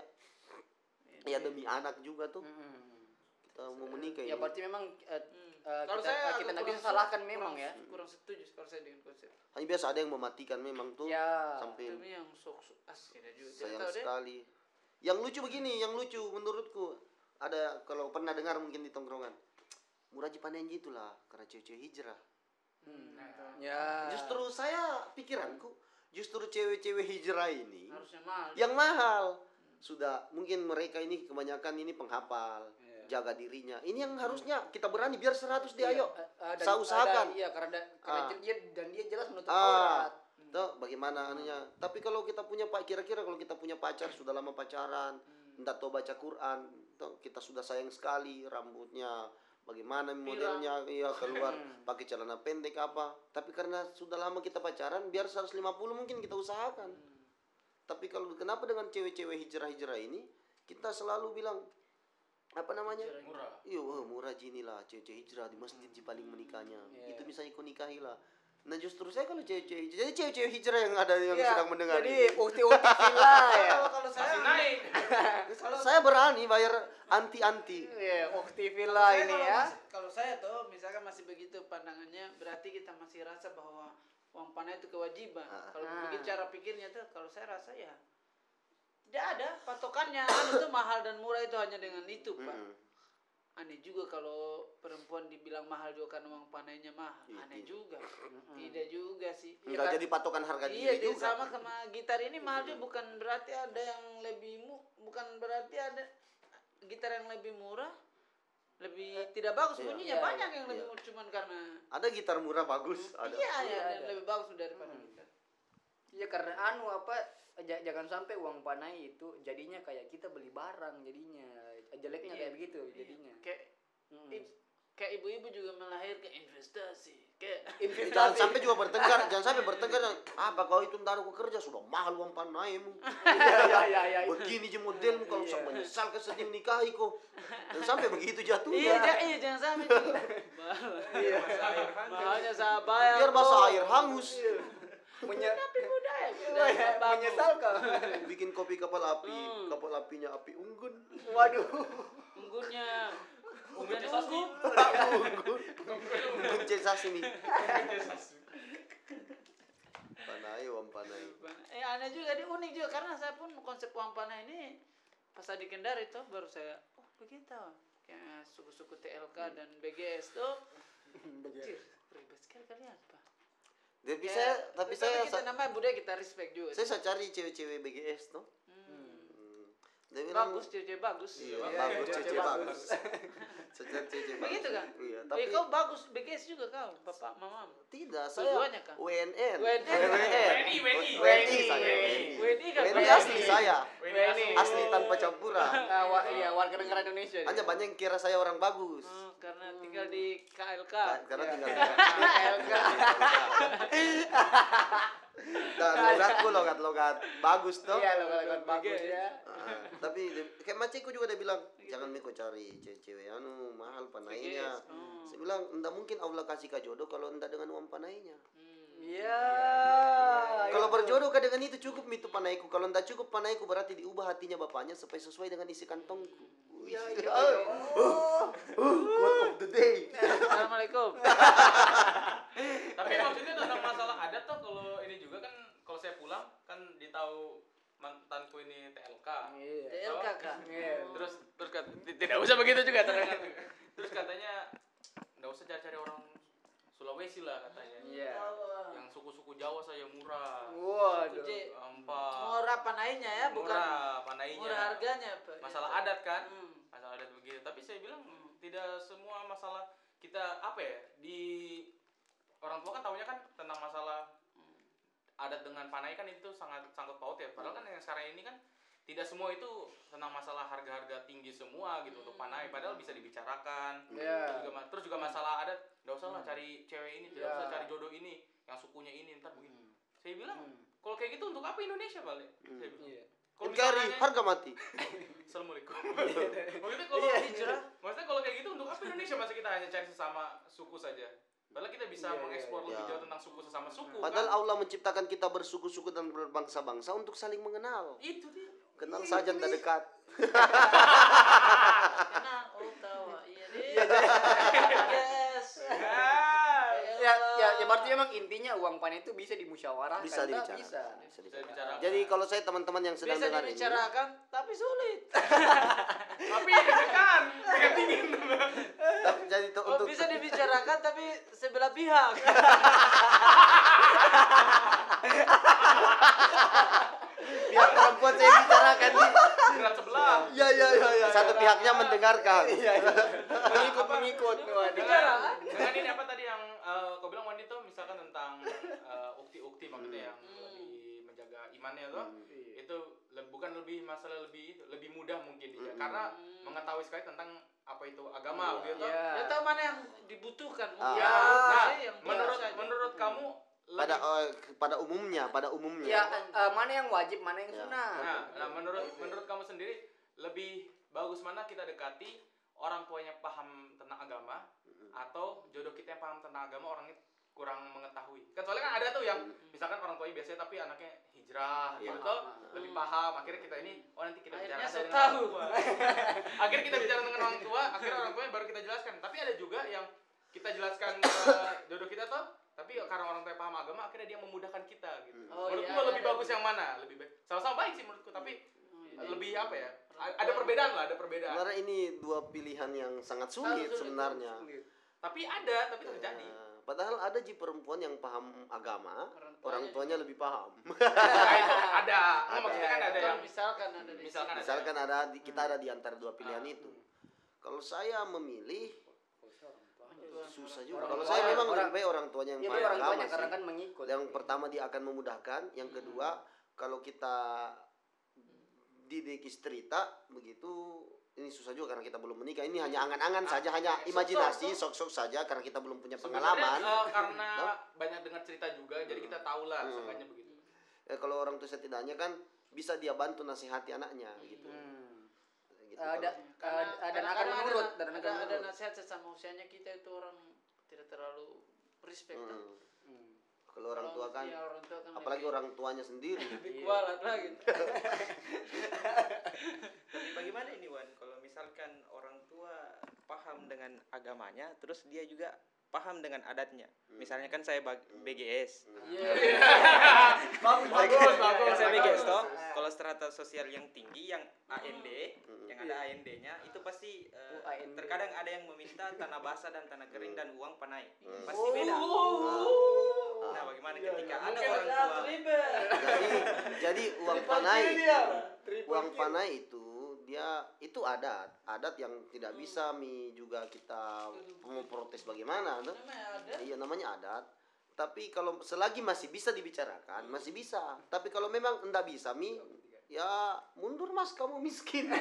Ya demi anak juga tuh. Mm-mm. Kita mau menikah Ya ini. berarti memang eh, Hmm. eh, Kalau kita, saya eh, agak kita nggak kurang bisa salahkan kurang- memang ya. Kurang setuju kalau saya dengan konsep. Hanya biasa ada yang mematikan memang tuh. Ya. Sampai Itu yang sok sok asli ada juga. Tidak sayang tahu deh. sekali. Yang lucu begini, yang lucu menurutku ada kalau pernah dengar mungkin di tongkrongan. Muraji Panenji itulah karena cewek-cewek hijrah. Hmm. Nah, Ya. Justru saya pikiranku, justru cewek-cewek hijrah ini Harusnya mahal. yang mahal. Sudah mungkin mereka ini kebanyakan ini penghafal, Iya. jaga dirinya. Ini yang harusnya kita berani biar seratus dia ayo. Eh, eh, dan Saya usahakan. ada- Iya, karena, da- karena Ah. je- dia dan dia jelas menutup Ah, aurat. tuh bagaimana anunya. Tapi kalau kita punya pak kira-kira kalau kita punya pacar sudah lama pacaran, entah tahu baca Quran, tuh kita sudah sayang sekali rambutnya bagaimana modelnya iya keluar pakai celana pendek apa. Tapi karena sudah lama kita pacaran biar seratus lima puluh mungkin kita usahakan. Tapi kalau kenapa dengan cewek-cewek hijrah-hijrah ini kita selalu bilang apa namanya? murah. Iya, wah, murah jini lah cewek-cewek hijrah di masjid sih paling menikahnya. Iya. Itu bisa ikut nikahi lah. Nah justru saya kalau cewek-cewek jadi cewek-cewek hijrah yang ada yang Iya, sedang mendengar. Jadi ini. ukti-ukti villa ya. Kalau kalau saya Masih naik. Saya berani bayar anti-anti. Iya, ukti Kalau villa saya ini kalau ya. masih- kalau saya tuh misalkan masih begitu pandangannya, berarti kita masih rasa bahwa uang panai itu kewajiban. Ah. Kalau Ah. begitu cara pikirnya tuh, kalau saya rasa ya tidak ada patokannya. Anu tuh mahal dan murah itu hanya dengan itu, Pak. Mm-mm. Aneh juga kalau perempuan dibilang mahal juga karena uang panainya mahal. Iya, Aneh iya. juga. Tidak juga sih. Enggak jadi patokan harga Iya, diri dia juga. sama sama gitar ini mahal juga bukan berarti ada yang lebih mu, bukan berarti ada gitar yang lebih murah, lebih tidak bagus Iya. bunyinya Iya, banyak iya, yang lebih iya. murah cuman karena Ada gitar murah bagus, ada. iya, Iya, ya, ada. yang lebih bagus daripada Hmm. gitar. Ya karena anu apa j- jangan sampai uang panai itu jadinya kayak kita beli barang jadinya. Jeleknya Iya, kayak begitu iya. jadinya. Kayak Mm. i- kayak ibu-ibu juga melahirkan investasi. Kayak Eh, Jangan sampai juga bertengkar, jangan sampai bertengkar. Apa kau itu ntar aku kerja sudah mahal uang panaimu. Iya iya iya iya. Begini je modelmu kalau Iya. saya menyesal kesedih menikahi kok. Dan sampai begitu jatuhnya. iya, ja- iya jangan sampai juga. Iya. Mahalnya saya bayar. Biar basah kok. air hangus. Menye- Tapi budaya, Iya, budaya bagus. menyesalkan. Bikin kopi kapal api, Hmm. kapal apinya api unggun. Waduh. Unggunnya Unggun unggun sasmi. Unggun sasmi. Panai uang panai. Eh aneh juga, dia unik juga karena saya pun konsep uang panai ini pas saya di Kendari tuh baru saya oh begitu kayak suku-suku T L K dan B G S tuh Cir, ribet sekali kalian pak. Tapi Ya, saya, tapi saya, kita namanya budaya kita respect juga. saya, saya cari cewek-cewek B G S tuh. Hmm. Hmm. Dia bilang, Bagus, cewek bagus. Iya, Iya, bagus, cewek cewek bagus. bagus. Saya cari cewek bagus. Begitu kan? Iya, Tapi tapi kau bagus, B G S juga kau, bapak, mama. tidak, saya Dua-duanya kan? W N N. W N N. W N N. W N I, W N I. W N I saya. W N I. W N I. W N I kan? W N I W N I. asli saya. W N I W N I. Asli tanpa campuran. Ah, wa- iya warga negara Indonesia. dia. Hanya banyak yang kira saya orang bagus. Oh, karena tinggal di K L K. Ka- Karena Iya. tinggal K L K. dan logatku logat-logat bagus tuh. Iya lo kalau bagus ya. Ah, tapi dia- kayak maciku juga dia bilang jangan Miko cari cewek-cewek anu mahal panainya. B G S, oh. Saya bilang enggak mungkin Allah kasih kau jodoh kalau enggak dengan uang panainya. Hmm. Iya. Kalau itu. berjodoh kah dengan itu cukup itu panaiku. Kalau enggak cukup panaiku berarti diubah hatinya bapaknya supaya sesuai dengan isi kantongku. Iya, Wih, iya, ah, iya. uh, quote of the day. Assalamualaikum. Tapi maksudnya tentang masalah adat tuh kalau ini juga kan kalau saya pulang kan ditahu mantanku ini T L K. Iya. T L K kan. Iya. Terus terus kat, tidak usah begitu juga terdengar. Terus katanya nggak usah cari-cari orang Sulawesi lah katanya. Iya. Yang suku-suku Jawa saya murah. Waduh. Jadi, Empat. murah panainya ya, bukan Murah panainya. murah harganya, Pak. Masalah adat kan? Hmm. Masalah adat begitu. Tapi saya bilang tidak semua masalah kita apa ya di orang tua kan tahunya kan tentang masalah adat dengan panai kan itu sangat sangkut paut ya. Padahal kan yang sekarang ini kan tidak semua itu tentang masalah harga-harga tinggi semua gitu untuk panai, padahal bisa dibicarakan. Iya. Terus juga ma- terus juga masalah adat, nggak usah lah cari cewek ini, tidak Iya. usah cari jodoh ini yang sukunya ini ntar begini. Hmm. Saya bilang Hmm. kalau kayak gitu untuk apa Indonesia balik? Saya bilang. Iya. Kalau N K R I misalnya- harga mati. Assalamualaikum. Maksudnya kalau Iya, hijrah, maksudnya kalau kayak gitu untuk apa Indonesia masa kita hanya cari sesama suku saja? Padahal kita bisa Iya, iya, mengeksplor iya. lebih jauh tentang suku sesama suku. Padahal kan? Allah menciptakan kita bersuku-suku dan berbangsa-bangsa untuk saling mengenal. Itu dia. Kenal Iya, saja itu tidak dia. dekat. Kenal, oh tahu. Iya deh. Yes. Ah, Ya, ya, ya berarti emang intinya uang panai itu bisa dimusyawarahkan. Bisa tak? Bisa. Bisa. Bisa Bisa dibicarakan. dibicarakan. Jadi kalau saya teman-teman yang sedang Bisa dengar ini, dibicarakan, tapi sulit. Tapi deg-degan, keringat dingin. tapi- jadi itu Oh, untuk bisa dibicarakan, tapi sebelah pihak. pihak perempuan saya bicarakan nih. Berat sebelah. Iya iya iya iya. Satu pihaknya mendengarkan. Iya, iya. Mengikut mengikut. Waduh. Dengan, dengan ini apa tadi yang eh, kau bilang Wandi tuh misalkan tentang eh, ukti-ukti maksudnya yang lebih menjaga imannya tuh. Itu le- bukan lebih masalah lebih lebih mudah mungkin dia karena mengetahui sekali tentang apa itu agama gitu. Iya. Ya tahu mana yang dibutuhkan. Ah. Ya, Mungkin nah, sih yang menurut biasa aja. menurut kamu Pada lebih- eh, pada umumnya, pada umumnya. Ya, eh, mana yang wajib, mana yang Ya. sunnah. Nah, nah menurut menurut kamu sendiri lebih bagus mana kita dekati orang tuanya paham tentang agama atau jodoh kita yang paham tentang agama orangnya kurang mengetahui. Kan soalnya kan ada tuh yang misalkan orang tuanya biasanya tapi anaknya hijrah Iya. gitu tuh lebih paham. Akhirnya kita ini oh nanti kita Akhirnya bicara so dengan tahu. orang tua. Akhirnya kita bicara dengan orang tua, akhirnya orang tuanya baru kita jelaskan. Tapi ada juga yang kita jelaskan ke jodoh kita tuh tapi karena orang tua paham agama akhirnya dia memudahkan kita gitu. Oh, menurutku iya, lebih ada. bagus yang mana? Lebih baik. Sama-sama baik sih menurutku tapi Oh, iya. lebih apa ya? A- Ada perbedaan lah, ada perbedaan. Sebenarnya ini dua pilihan yang sangat sulit Sangat sulit, sebenarnya. Tapi ada, tapi terjadi. Nah, padahal ada ji perempuan yang paham agama, Orang tuanya orang tuanya lebih paham. Nah, itu ada. Nggak, maksudnya kan ada Kalau yang misalkan ada di misalkan ada. Misalkan ada di- kita ada di antara dua pilihan itu. Kalau saya memilih susah juga. Orang Kalau tua- saya memang orang- lebih baik orang tuanya yang Iya, paham orang agama tuanya karena sih. kan mengikut. Yang pertama dia akan memudahkan, yang kedua kalau kita didik istri tak begitu ini susah juga karena kita belum menikah. Ini hanya angan-angan saja, hanya imajinasi, sok-sok saja karena kita belum punya Sebenarnya pengalaman. eh, karena Nah. banyak dengar cerita juga, jadi kita tahu lah Hmm. seenggaknya begitu. Ya, kalau orang tua setidaknya kan bisa dia bantu nasihati anaknya gitu. Hmm. Gitu, Ada Karena ada dan akan kadang-kadang menurut ada, dan ada, akan ada menurut. nasihat sesama usianya kita itu orang tidak terlalu respect. kalau- tau. Hmm. Hmm. Kalau orang tua kan, Iya, orang tua kan apalagi lebih, orang tuanya sendiri. lebih kualat lah gitu. Tapi bagaimana ini Wan kalau misalkan orang tua paham dengan agamanya terus dia juga paham dengan adatnya. Misalnya kan saya bag- B G S. Iya. Bagus, bagus, Kan saya B G S bagus. toh. Kalau strata sosial yang tinggi yang A N D, Hmm. yang ada A N D-nya itu pasti eh, Oh, A N D. terkadang ada yang meminta tanah basah dan tanah kering dan uang panai. Hmm. Pasti beda. Ah. Nah, bagaimana Iya, ketika iya. ada Mungkin orang ada tua tribal. Jadi jadi uang Triple panai kill dia. uang panai itu dia itu adat adat yang tidak bisa mi juga kita memprotes bagaimana tuh. Namanya ada. Iya namanya adat. Tapi kalau selagi masih bisa dibicarakan masih bisa. Tapi kalau memang enggak bisa mi ya mundur mas kamu miskin.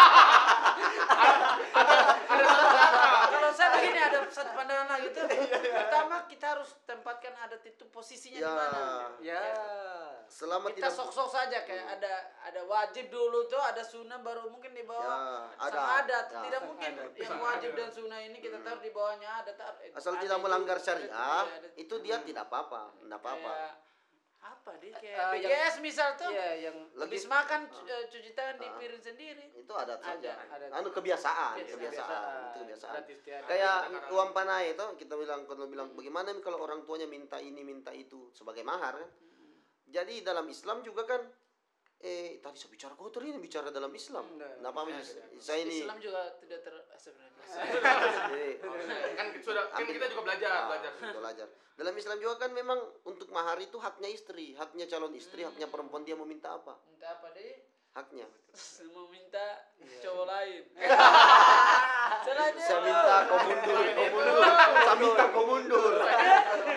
Kalau saya begini ada satu pandangan lagi tuh. Pertama kita harus tempatkan adat itu posisinya di Ya. mana. Ya. Selama Kita tidak sok-sok saja kayak ada ada wajib dulu tuh, ada sunnah baru mungkin di bawah Ya, sama ada. adat. Ya. Tidak mungkin yang wajib dan sunnah ini kita taruh di bawahnya adat. Eh, asal ada tidak itu, melanggar ada syariah itu, ada itu dia tidak apa-apa, enggak apa-apa. Kayak apa deh kayak Eh, B G S misal tuh. Iya, yang Habis Lagi- makan cu- eh, cuci tangan di Ah. piring sendiri. Itu adat saja. adat. Anu kebiasaan, Kebiasaan. kebiasaan, itu kebiasaan. Adat istiadat. Kayak Sekarang- uang panai itu kita bilang kalau bilang bagaimana nih kalau orang tuanya minta ini minta itu sebagai mahar kan. Jadi dalam Islam juga kan eh tadi saya bicara kotor ini bicara dalam Islam. Enggak. Nah, apa saya ini Islam juga tidak ter sebenarnya. jadi, Kan sudah kan kita juga belajar, ah, belajar. belajar. Dalam Islam juga kan memang untuk mahar itu haknya istri, haknya calon istri, haknya perempuan dia mau minta apa? Minta apa deh? Haknya. Mau minta cowok lain. Salahnya. Saya minta kau mundur, kau mundur. Saya minta kau mundur.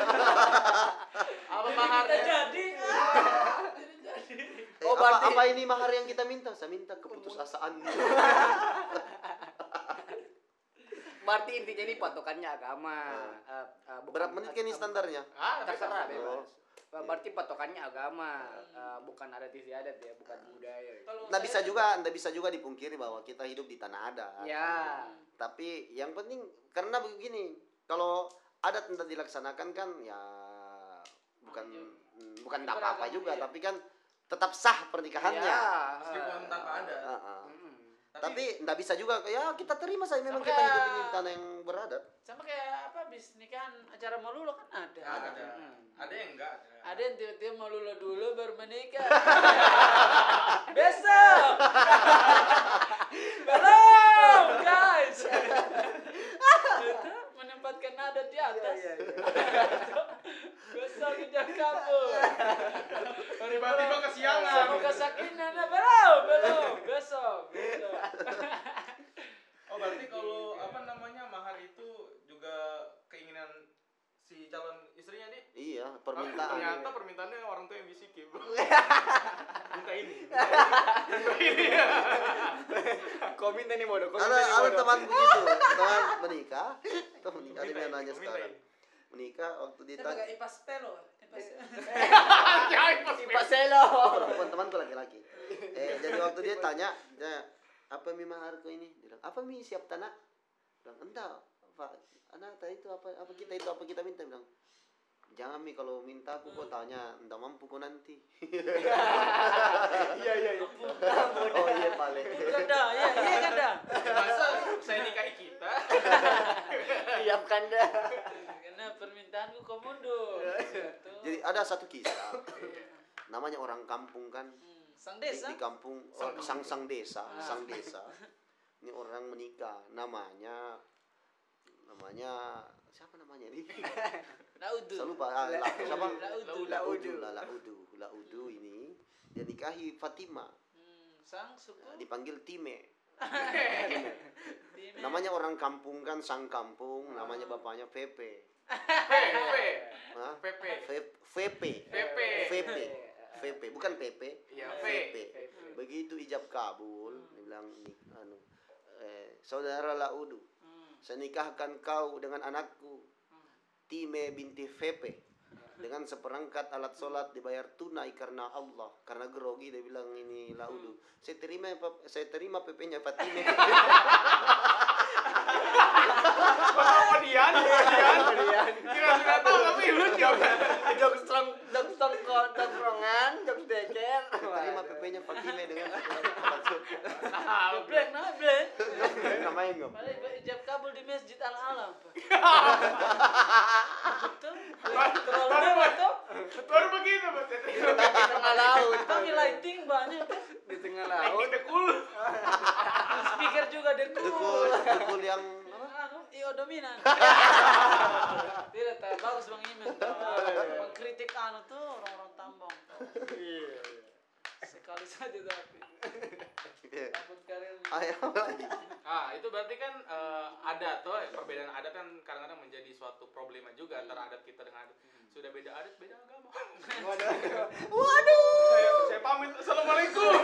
Apa Kita maharnya? jadi. Eh, Oh, apa, berarti- apa ini mahar yang kita minta? Saya minta keputusasaan. Berarti intinya ini patokannya agama. Uh, uh, bukan- Berapa menit kan ini standarnya? Ah, Terserah bebas. bebas. Berarti patokannya agama, uh, bukan adat istiadat ya, bukan budaya. Kalau Nggak saya- bisa juga, nggak bisa juga dipungkiri bahwa kita hidup di tanah adat. Ya. Tapi yang penting karena begini, kalau adat tidak dilaksanakan kan ya bukan mm, bukan tak apa-apa Beragama, juga, iya. tapi kan tetap sah pernikahannya. Ya. Meskipun tanpa ada. Ah, ah. Mm. Tapi nggak bisa juga, ya kita terima saja memang Sama kita hidup kayak- di tanah yang beradat. sama kayak apa bis nikahan acara malulo kan ada. Ada. Hmm. Ada yang enggak ada. Ada yang tiba-tiba malulo dulu baru menikah. Besok. Belum, guys. Itu menempatkan adat di atas. Iya, iya, Besok ijab kabul. Tiba-tiba kesiangan. Sama kesakinan belum, belum. Besok, besok. Oh, berarti kalau apa namanya mahar itu juga keinginan si calon istrinya nih? Iya, Ah, permintaan. ternyata permintaannya orang tua yang bisikin. Minta ini. Minta ini. Komen nih bodoh. komen Ada nih ada bodoh. teman begitu, teman menikah, teman menikah ada Minta yang ini, nanya minta sekarang. ini. Menikah waktu Saya ditanya pakai ipas telo. Ipas. Ipa selo. perempuan temanku laki-laki. Eh, jadi waktu dia tanya, dia, apa mi maharku ini? Dia bilang, apa mi siap tanah? Bilang, enggak, Pak. Anak tadi itu apa apa kita itu apa kita minta? Bilang, jangan mi kalau minta aku kok tanya, enggak mampu kok nanti. Iya iya iya. Oh iya paling. Bukan dah, ya, iya kan dah. Masa saya nikahi kita? Iya kan dah. Karena permintaanku kau mundur. Gitu. Jadi ada satu kisah. Namanya orang kampung kan. Hmm, sang Di, desa. di kampung oh, sang sang desa, sang desa. Ini orang menikah, namanya namanya siapa namanya ini? Laudu. Saya lupa. Ah, la, siapa? Laudu. Laudu, lah, Laudu, Laudu ini dia nikahi Fatima, Hmm, sang suku. dipanggil Time. Time. Namanya orang kampung kan, sang kampung, namanya bapaknya Pepe. P, P, Hah? P, P. Ve- Vepe. P. Vepe. Vepe, bukan Pepe. Iya, V. Vepe. Begitu ijab kabul, dia bilang nih, anu, eh, saudara Laudu, Hmm. saya nikahkan kau dengan anakku, Time binti Vepe, dengan seperangkat alat sholat dibayar tunai karena Allah, karena grogi dia bilang ini Laudu. Saya terima Pap- saya terima P P-nya Fatime. Bapak Dian, Bapak Dian. Kira sudah tahu tapi lucu. Jok strong, jok strong tongkrongan, jok deker. Terima P P-nya Fatime dengan alat sholat. Black, nah black. Namanya enggak. Padahal ijab kabul di Masjid Al Alam. Betul. Terlalu Baru mewah tuh. baru begitu, Mas. Di tengah laut. Tapi lighting banyak tuh. Di tengah Like laut. the cool. Speaker juga dekul. Dekul, dekul yang Anu, io dominan. Tidak tahu bagus Bang Iman. Mengkritik anu tuh orang-orang tambang. Iya. Sekali saja tapi. Takut kalian. ayam lagi. Ah, itu berarti kan eh, adat tuh, perbedaan adat kan kadang-kadang menjadi suatu problema juga antara adat kita dengan adat. Sudah beda adat, beda agama. Waduh. Saya saya pamit. Assalamualaikum.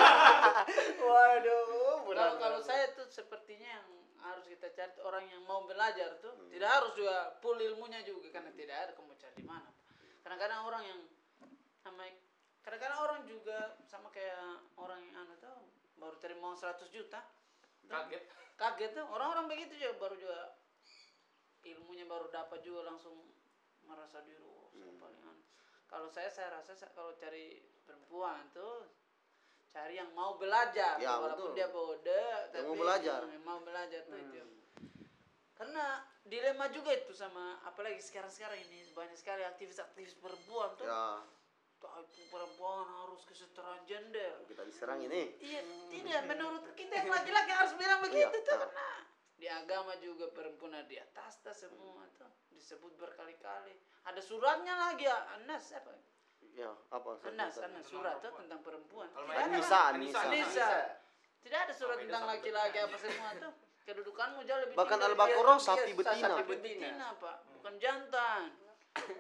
Waduh. Kalau kalau saya tuh sepertinya yang harus kita cari tuh orang yang mau belajar tuh tidak harus juga full ilmunya juga karena tidak ada kamu cari di mana. Kadang-kadang orang yang sama kadang-kadang orang juga sama kayak orang yang anu tuh baru terima uang seratus juta. Kaget. Kaget tuh orang-orang begitu juga baru juga ilmunya baru dapat juga langsung merasa diri oh, saya paling anu. Kalau saya saya rasa sa- kalau cari perempuan tuh cari yang mau belajar Ya, walaupun betul. dia bodoh Yang mau belajar. yang mau belajar tuh itu karena dilema juga itu sama apalagi sekarang-sekarang ini banyak sekali aktivis-aktivis perempuan tuh Ya, tuh itu perempuan harus kesetaraan gender kita diserang ini. iya tidak menurut kita yang laki-laki harus bilang begitu Iya, tuh ah. karena di agama juga perempuan ada di atas tas semua tuh disebut berkali-kali ada suratnya lagi ya Anas apa Ya, apa? Anas Anas surat tuh tentang perempuan tidak ada Anissa, kan? Anissa. Anissa. Tidak ada surat Beda tentang sama laki-laki apa semua tuh. Kedudukanmu jauh lebih Bahkan tinggi. Al-Baqarah Iya, sapi iya, betina. sapi Betina, Pak, bukan jantan.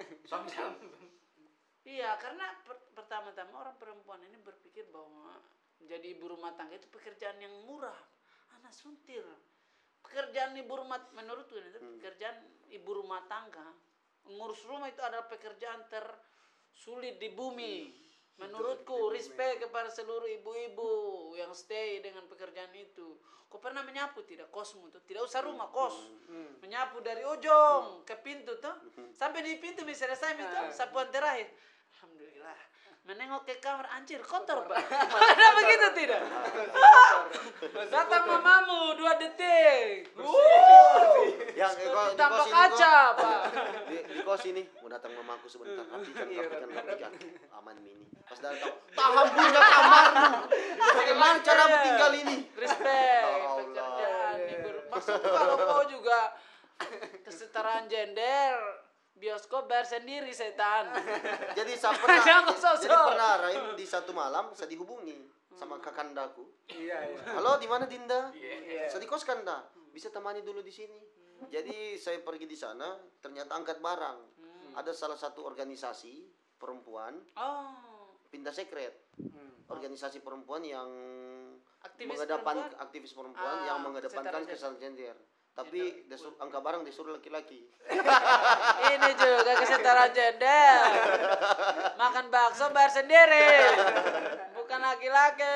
Sampai Iya, karena per- pertama-tama orang perempuan ini berpikir bahwa jadi ibu rumah tangga itu pekerjaan yang murah. Anak suntil. Pekerjaan ibu rumah, menurutku itu pekerjaan ibu rumah tangga, ngurus rumah itu adalah pekerjaan tersulit di bumi. Menurutku, respect kepada seluruh ibu-ibu yang stay dengan pekerjaan itu. Kau pernah menyapu tidak kosmu tuh? Tidak usah rumah, kos. Menyapu dari ujung ke pintu tuh. Sampai di pintu bisa selesai itu sapuan terakhir. Alhamdulillah. Menengok ke kamar, anjir kotor pak. Ada begitu tidak? Datang mamamu dua detik. Yang eh, kok- di Tampak kos ini, kok. kaca pak. di, di kos ini mau datang mamaku sebentar, rapikan rapikan rapikan aman mini pas datang tahan punya kamarmu, bagaimana caramu tinggal ini. Respect Ya Allah. pekerjaan ibu. Maksudku kalau kau juga kesetaraan gender, bioskop bayar sendiri setan. Jadi saya pernah Jangan jadi, sosok. jadi pernah Raim di satu malam saya dihubungi sama kakandaku. Iya, iya. Halo, di mana Dinda? Iya. Saya di kos Kanda. Bisa temani dulu di sini. Jadi saya pergi di sana, ternyata angkat barang. Ada salah satu organisasi perempuan Oh, pindah sekret. Organisasi perempuan yang Aktivis mengedepan perempuan? aktivis perempuan Ah, yang mengedepankan kesetaraan kesetaraan gender. Tapi desur, angka barang disuruh laki-laki. ini juga kesetaraan gender. Makan bakso bayar sendiri. Bukan laki-laki.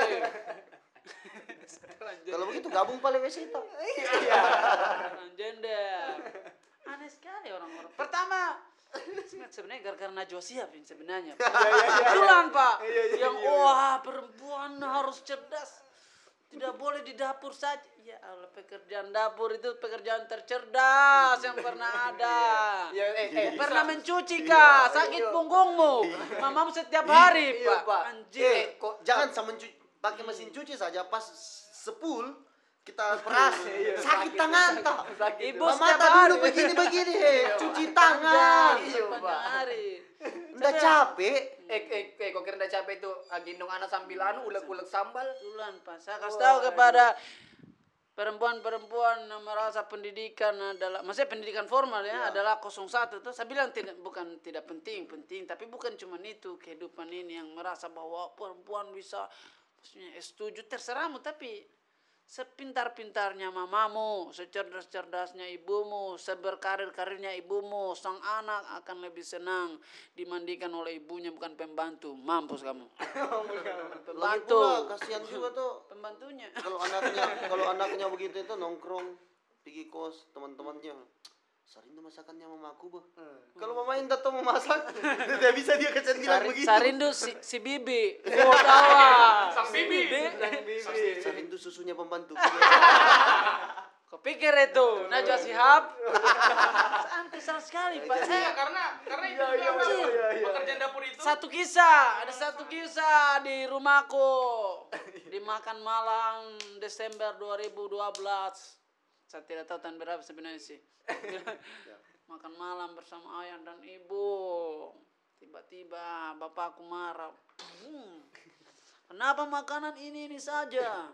Kalau begitu gabung paling wesita. Kesetaraan gender. Aneh sekali orang-orang. Pertama, sebenarnya gara-gara Najwa Shihab ini sebenarnya. Kebetulan Pak, yang wah perempuan harus cerdas, tidak boleh di dapur saja. Ya Allah, pekerjaan dapur itu pekerjaan tercerdas yang pernah ada. Iya, eh, eh, Pernah mencuci kah? Sakit punggungmu. Mamamu setiap hari Iya, Pak. Pak. Anjir. Eh, kok jangan sama mencuci, pakai mesin cuci saja pas sepul kita peras sakit tangan tak. Ibu Mama setiap tak hari. dulu begini begini eh, cuci tangan. Iya, Sepanjang Pak. hari. Udah capek. Eh, eh, eh, kok kira udah capek itu gendong anak sambil anu ulek-ulek sambal. Kebetulan Pak. Saya kasih tahu kepada perempuan-perempuan yang merasa pendidikan adalah, maksudnya pendidikan formal ya, adalah nol satu tuh. Saya bilang tidak, bukan tidak penting, penting, tapi bukan cuma itu kehidupan ini yang merasa bahwa perempuan bisa, maksudnya eh, setuju terserahmu, tapi sepintar-pintarnya mamamu, secerdas-cerdasnya ibumu, seberkarir-karirnya ibumu, sang anak akan lebih senang dimandikan oleh ibunya bukan pembantu. Mampus kamu. Lagi Pembantu. pula kasihan juga tuh Pembantunya. kalau anaknya kalau anaknya begitu itu nongkrong pergi kos teman-temannya. Sarindu masakannya mamaku, Bah. Kalau mama Indah tuh mau masak, tidak bisa dia kecantilan begitu. Sarindu si, si Bibi. Oh, tawa. Sang bibi. Sarindu susunya pembantu. Kau pikir itu Najwa Shihab? Santai salah sekali, Pak. Iya, Saya karena karena itu juga Bang, pekerjaan dapur itu. satu kisah, ada satu kisah di rumahku. Di makan malam Desember dua ribu dua belas. Saya tidak tahu tahun berapa sebenarnya sih. Makan malam bersama ayah dan ibu. Tiba-tiba bapakku marah. Hmm, kenapa makanan ini ini saja?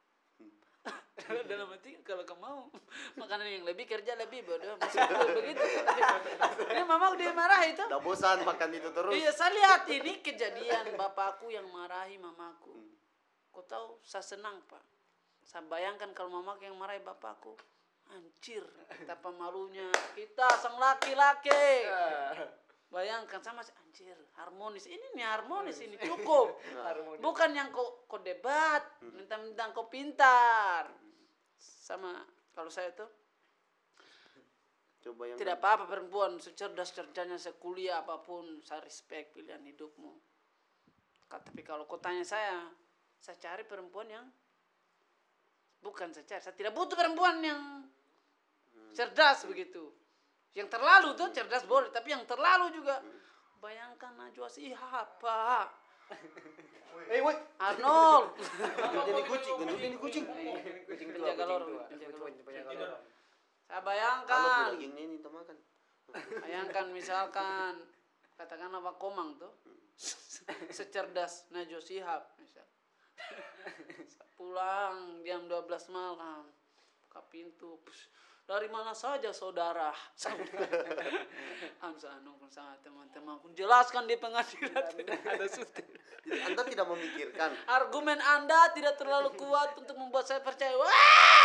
Dalam hati kalau kamu mau makanan yang lebih kerja lebih bodoh. Maksudku begitu. Ini mamaku dia marah itu. Udah bosan makan itu terus. Iya, saya lihat ini kejadian bapakku yang marahi mamaku. Kau tahu, saya senang Pak. Saya bayangkan kalau mamaku yang marahi bapakku. Anjir, betapa malunya kita sang laki-laki. Bayangkan sama anjir, harmonis. Ini nih harmonis ini cukup. Bukan yang kau kau debat, minta-minta kau pintar. Sama kalau saya tuh Coba yang tidak apa-apa perempuan secerdas-cerdasnya sekuliah apapun, saya respect pilihan hidupmu. Tapi kalau kau tanya saya, saya cari perempuan yang bukan saya cari, saya tidak butuh perempuan yang cerdas begitu. Yang terlalu tuh cerdas boleh, tapi yang terlalu juga. Bayangkan Najwa Shihab, Pak. Eh, woi. Arnold. ini kucing, gendut ini kucing. Kucing tua, Penjaga kucing lorong, tua. penjaga Kucing- penjaga Tidur. lorong. Saya Kalau bayangkan. lagi ini kita makan. Bayangkan misalkan katakanlah Pak Komang tuh secerdas Najwa Shihab misal. Pulang jam dua belas malam, buka pintu, pus, dari mana saja saudara? Hamzah anu sama teman-temanku jelaskan di pengadilan tidak ada suntik. Jadi Anda tidak memikirkan. Argumen Anda tidak terlalu kuat untuk membuat saya percaya. Wah!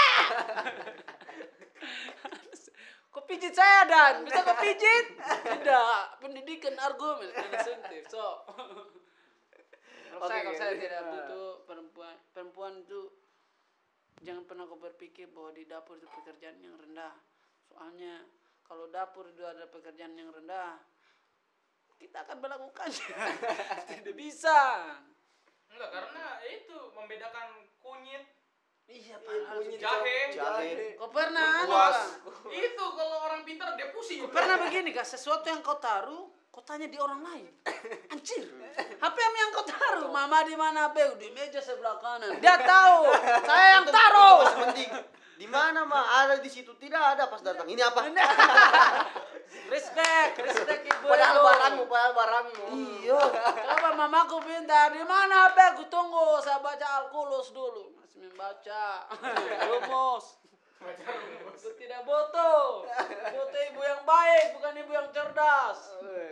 Kau pijit saya Dan, bisa kau pijit? Tidak, pendidikan argumen ada suntik. So, kalau saya, kalau saya tidak butuh perempuan, perempuan itu jangan pernah kau berpikir bahwa di dapur itu pekerjaan yang rendah. Soalnya kalau dapur itu ada pekerjaan yang rendah, kita akan melakukannya. Tidak bisa. Enggak, karena itu membedakan kunyit, Iya, kunyit, jahe. Jahe. Kau pernah anu, Puas. Kak? Itu kalau orang pintar dia pusing. Kau pernah begini Kak, sesuatu yang kau taruh, kau tanya di orang lain. Anjir. H P yang kau taruh, Mama di mana H P? Di meja sebelah kanan. Dia tahu. Saya yang taruh. Penting. Di mana mah ada di situ tidak ada pas datang. Ini apa? Respect, respect ibu. Padahal itu. barangmu, padahal barangmu. Iya. Coba mamaku pintar, di mana H P? Ku tunggu, saya baca Alkulus dulu. Masih membaca. Rumus. Aku tidak butuh. Butuh ibu yang baik, bukan ibu yang cerdas.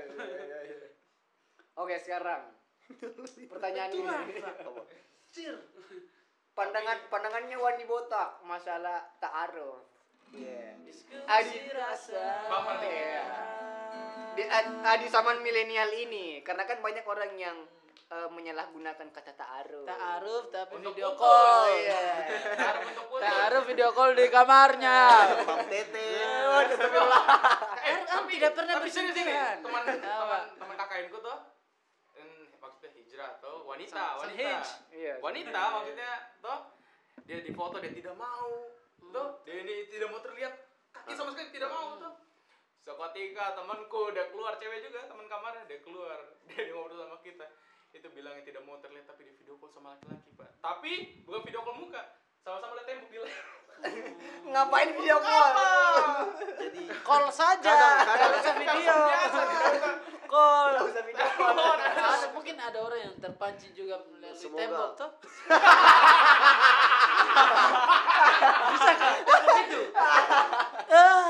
Oke, sekarang pertanyaan ini. Cir. Pandangan pandangannya Wani Botak masalah ta'aruf. Iya. Adi rasa. Bang Martin. Iya. Di ah, di zaman milenial ini, karena kan banyak orang yang eh, menyalahgunakan kata ta'aruf. Ta'aruf tapi Untuk video putus. call. Iya. Taruh untuk putus. Ta'aruf video call di kamarnya. Bang Tete. Er, am tidak pernah Tapi sini sini bersentuhan. teman Apa? teman teman kakakku tuh em, maksudnya hijrah atau wanita Sang- wanita sanghij. Iya. wanita maksudnya tuh dia di foto dia tidak mau tuh dia ini tidak mau terlihat kaki sama sekali tidak mau tuh seketika temanku udah keluar cewek juga teman kamarnya dia keluar dia ngobrol sama kita itu bilangnya tidak mau terlihat tapi di video call sama laki-laki pak tapi bukan video call muka sama-sama lihat tembok di layar. Ngapain video call? Jadi Call saja. Kadang- kadang- Nggak usah video. biasa tidak usah Call. Nggak usah video call. Ada mungkin ada orang yang terpancing juga melalui Semoga. tembok tuh. Bisa kan? Tembok itu. Ah,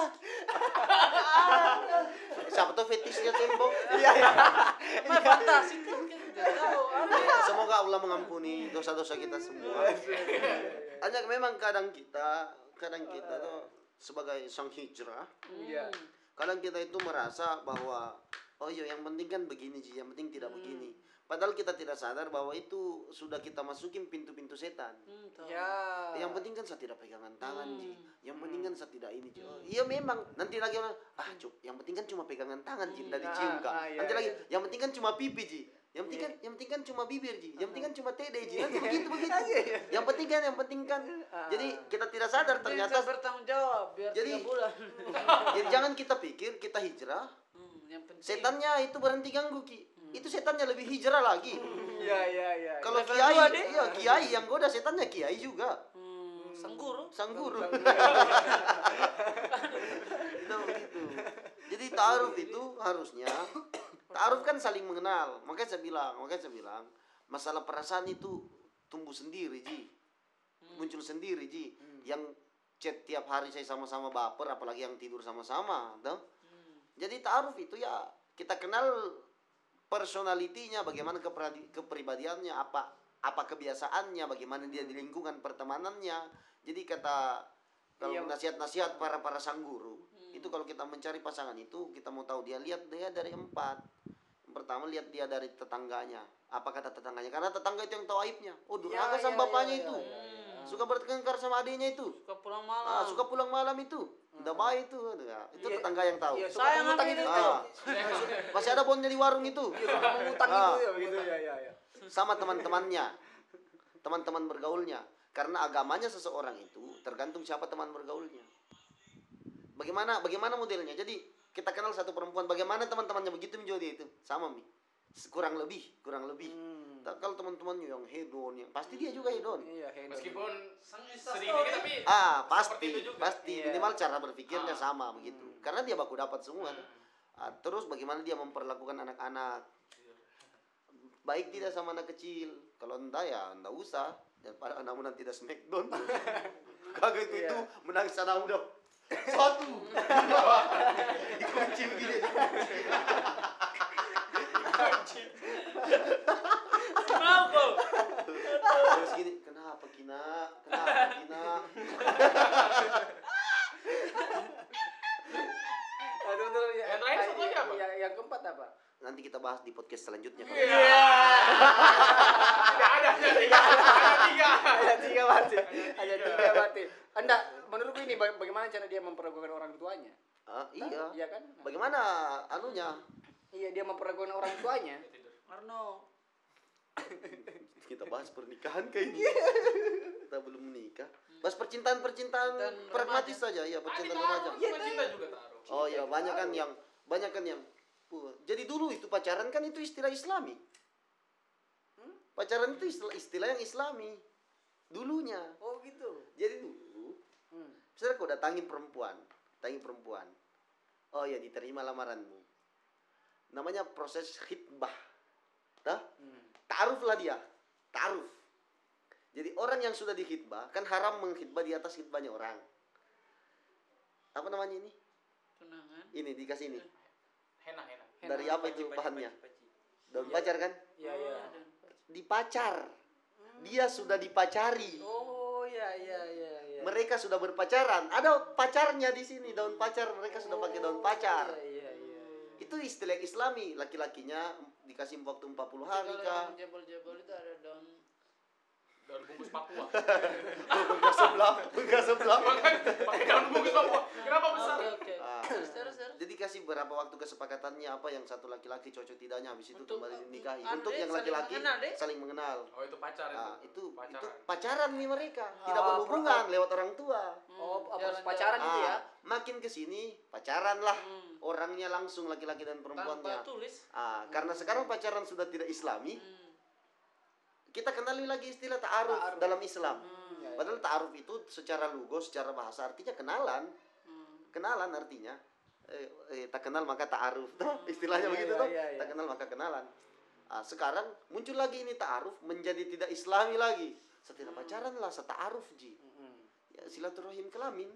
siapa tuh fetishnya tembok? Iya, iya. mah fantasi kan kita tidak tahu. Ada. Semoga Allah mengampuni dosa-dosa kita semua. Hanya memang kadang kita, kadang kita tuh sebagai sang hijrah, Iya. kadang kita itu merasa bahwa oh iya yang penting kan begini sih, yang penting tidak begini. Padahal kita tidak sadar bahwa itu sudah kita masukin pintu-pintu setan. Hmm, tahu. Ya. Yang penting kan saya tidak pegangan tangan Hmm. Ji. Yang penting kan saya tidak ini Ji. Oh, iya memang nanti lagi orang ah cuk, yang penting kan cuma pegangan tangan Ji, dari Ah, cium kak. ah, iya, Nanti lagi iya. yang penting kan cuma pipi Ji. Yang penting kan yang penting kan cuma bibir Ji. Yang penting kan cuma tede Ji. Nanti begitu begitu. Yang penting kan yang penting kan. Jadi kita tidak sadar Ternyata ternyata bertanggung jawab biar Jadi- tiga bulan. jadi jangan kita pikir kita hijrah, Hmm, yang penting. setannya itu berhenti ganggu Ki. Itu setannya lebih hijrah lagi. Iya, iya, iya. Kalau Level kiai, dua deh. iya kiai yang goda setannya kiai juga. Hmm, sang guru. Sang guru. Itu begitu. Jadi ta'aruf itu harusnya ta'aruf kan saling mengenal. Makanya saya bilang, makanya saya bilang masalah perasaan itu tumbuh sendiri Ji. Muncul sendiri Ji. Yang chat tiap hari saya sama-sama baper apalagi yang tidur sama-sama, toh. Jadi ta'aruf itu ya kita kenal personalitinya, bagaimana kepradi- kepribadiannya, apa apa kebiasaannya, bagaimana dia di lingkungan pertemanannya. Jadi kata kalau Iya. nasihat-nasihat para para sang guru itu kalau kita mencari pasangan itu kita mau tahu dia lihat dia dari empat. Yang pertama lihat dia dari tetangganya. Apa kata tetangganya? Karena tetangga itu yang tahu aibnya. Oh durhaka Ya, sama ya, bapaknya ya, itu. ya, ya. Suka bertengkar sama adiknya itu. Suka pulang malam. Ah, suka pulang malam itu. Udah baik itu. Ya, itu Iya. tetangga yang tahu. Iya, suka Sayang mengutang ambil itu. itu. Ah, masih ada bonnya di warung itu. Iya, suka mengutang Ah. itu ya begitu ya, ya, ya. Sama teman-temannya, teman-teman bergaulnya. Karena agamanya seseorang itu tergantung siapa teman bergaulnya. Bagaimana bagaimana modelnya? Jadi kita kenal satu perempuan, bagaimana teman-temannya begitu menjadi dia itu sama mi. Kurang lebih, kurang lebih. Hmm. Tak- Kalau teman-temannya yang hedon, yang pasti dia juga hedon. Iya, hedon. Meskipun Sang sering dikit tapi Ah, seperti pasti, itu juga. pasti Iya. minimal cara berpikirnya Ah. sama begitu. Karena dia baku dapat semua. tuh. Hmm. Ah, terus bagaimana dia memperlakukan anak-anak? Baik tidak sama anak kecil. Kalau entah ya enggak usah. Daripada anakmu nanti tidak smackdown. Kagak itu Iya. itu menangis anak udah Satu. Dikunci begini. Kenapa? Terus gini, kenapa Kina? Kenapa Kina? Aduh, aduh, ya. Yang terakhir satu lagi apa? Ya, yang keempat apa? Nanti kita bahas di podcast selanjutnya. kalau Iya. gitu. Tidak ada, ada tiga. Ada tiga. Ada tiga berarti. Ada Ada tiga. tiga berarti. Anda, menurutku ini baga- bagaimana cara dia memperlakukan orang tuanya? Ah, iya. Iya kan? Bagaimana anunya? Iya, dia memperlakukan orang tuanya. Arno. Kita bahas pernikahan kayaknya. Kita belum menikah. Bahas percintaan-percintaan Dan pragmatis saja ya, Ah, percintaan ditaruh. remaja. Bukan cinta juga taruh. Oh iya, banyak kan yang banyak kan yang uh, jadi dulu itu pacaran kan itu istilah Islami. Pacaran itu istilah, istilah yang Islami dulunya. Oh gitu. Jadi dulu, Hmm. misalnya kau datangi perempuan, datangi perempuan. Oh ya, diterima lamaranmu. Namanya proses khitbah. Dah? Hmm. Ta'aruflah dia. Ta'aruf. Jadi orang yang sudah dikhitbah kan haram mengkhitbah di atas khitbahnya orang. Apa namanya ini? Tunangan. Ini dikasih ini. Henna, henna. Dari apa itu bahannya? Daun Iya. pacar kan? Iya, iya. Dipacar. Dia sudah dipacari. Oh, iya, iya, iya, iya. Mereka sudah berpacaran. Ada pacarnya di sini, daun pacar. Mereka sudah pakai daun pacar. Iya, iya, iya. Itu istilah Islami. Laki-lakinya dikasih waktu empat puluh hari Kalau kah? yang jebol-jebol itu ada daun. Daun bungkus Papua. Bengkas sebelah, bengkas sebelah. Pakai daun bungkus Papua. Kenapa besar? Oke oke. Ah. Terus terus terus. Jadi kasih berapa waktu kesepakatannya apa yang satu laki-laki cocok tidaknya, habis itu Untuk, kembali dinikahi. anu, Untuk deh, yang saling laki-laki mengenal, deh. saling mengenal. Oh, itu pacar Ah, itu. itu pacaran. itu pacaran nih mereka, tidak Ah, berhubungan lewat orang tua. Oh, apa Jalan-jalan. pacaran itu ya? Ah, makin ke sini pacaran lah. Hmm. Orangnya langsung laki-laki dan perempuannya. Tanpa tulis. Ah, karena sekarang pacaran sudah tidak Islami, Hmm. kita kenali lagi istilah ta'aruf Ta'aruf. dalam Islam. Hmm. Ya, ya. Padahal ta'aruf itu secara lugo, secara bahasa artinya kenalan. Hmm. Kenalan artinya eh, eh, tak kenal maka ta'aruf. Tuh, istilahnya Iya, begitu iya, tuh. iya, iya. Tak kenal maka kenalan. Ah, sekarang muncul lagi ini ta'aruf menjadi tidak Islami lagi. Setelah pacaran lah seta'aruf ji. Hmm. Ya, silaturahim kelamin.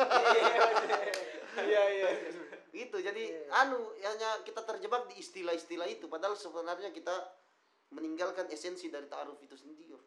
Iya, iya. Gitu. Jadi Iya. anu hanya kita terjebak di istilah-istilah itu padahal sebenarnya kita meninggalkan esensi dari ta'aruf itu sendiri.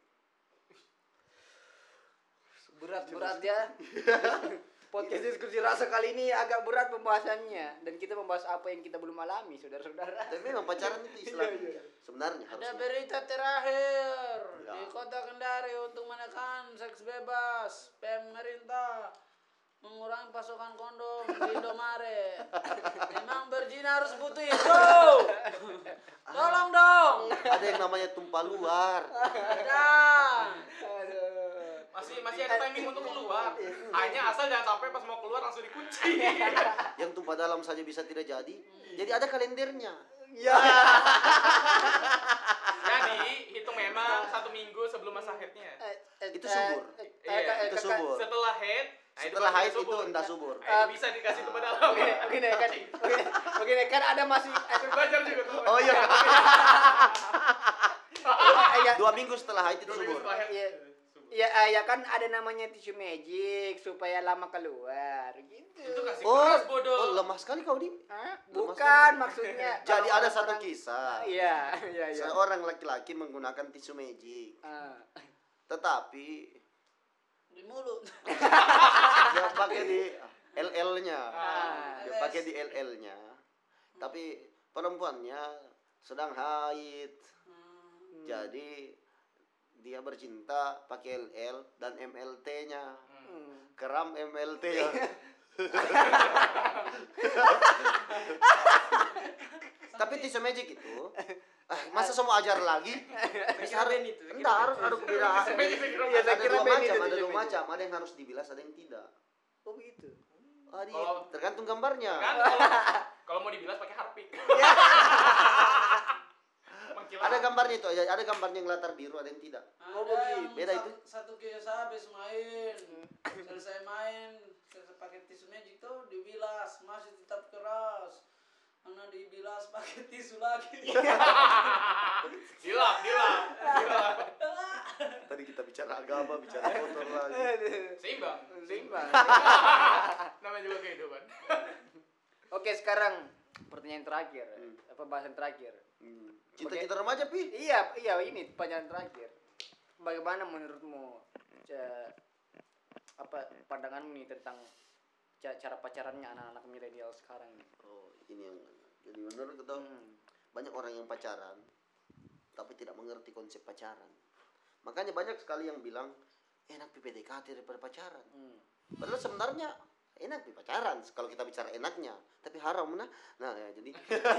Berat-berat ya. Podcast diskusi rasa kali ini agak berat pembahasannya dan kita membahas apa yang kita belum alami, saudara-saudara. Tapi memang pacaran itu Islam. Iya, iya. Sebenarnya Ada harusnya. berita terakhir Ya. di Kota Kendari untuk menekan seks bebas. Pemerintah mengurangi pasokan kondom di Indomaret. Memang berzina harus butuh itu. Tolong dong. Ada yang namanya tumpah luar. Ada. Aduh. Masih masih ada timing untuk keluar. Hanya asal jangan sampai pas mau keluar langsung dikunci. Yang tumpah dalam saja bisa tidak jadi. Jadi ada kalendernya. Ya. Jadi hitung memang satu minggu sebelum masa haidnya. Itu subur. Iya, itu subur. Setelah haid, nah Setelah baru haid itu subur. enggak subur. Nah, itu bisa dikasih tumpah dalam. Oke, oke deh kan. Oke, oke deh kan ada masih Suruh belajar juga tuh. Oh iya. ya, Dua minggu setelah haid itu Dua minggu subur. setelah haid. Iya. subur. ya, eh, ya kan ada namanya tisu magic supaya lama keluar gitu. Itu kasih Oh, keras bodoh. oh lemah sekali kau di. Hah? Lemas Bukan kan? maksudnya. Jadi kalau ada satu orang- kisah. Iya, iya, iya. Seorang laki-laki menggunakan tisu magic. Ah. Tetapi Di mulut. dia pakai di L L-nya. Ah. Dia pakai di L L-nya. Tapi perempuannya sedang haid. Hmm. Jadi dia bercinta pakai L L dan M L T-nya. Hmm. Keram M L T-nya. Tapi tisu magic itu ah, masa semua ajar lagi? Bisa harus, Ben itu, saya kira enggak harus ada beda. Iya, saya Ada kira dua Ben macam, itu ada tisu dua magic. macam. Ada yang harus dibilas, ada yang tidak. Oh gitu. Ah, di- Kalau- tergantung gambarnya. Kan kalau kalau mau dibilas pakai harpik. Mengkilat. Ada gambarnya itu, ada ada gambarnya yang latar biru, ada yang tidak. Oh, Ada begitu. yang Beda sa- itu. Satu kisah habis main, selesai main, selesai pakai tisu magic tuh dibilas, masih tetap keras. Karena dibilas pakai tisu lagi. Dilap, dilap, dilap. Tadi Tadi kita bicara agama, bicara kotor lagi. Seimbang. Seimbang. Namanya juga kehidupan. Oke, sekarang pertanyaan terakhir, pembahasan terakhir. Hmm. Cita-cita remaja, Pi? Iya, iya ini pertanyaan terakhir. Bagaimana menurutmu ca- apa pandanganmu nih tentang ca- cara pacarannya anak-anak milenial sekarang nih? Oh, ini yang jadi menurut kita Hmm. banyak orang yang pacaran tapi tidak mengerti konsep pacaran. Makanya banyak sekali yang bilang enak P D K T daripada pacaran. Hmm. Padahal sebenarnya enak di pacaran kalau kita bicara enaknya, tapi haram nah. Nah, ya, jadi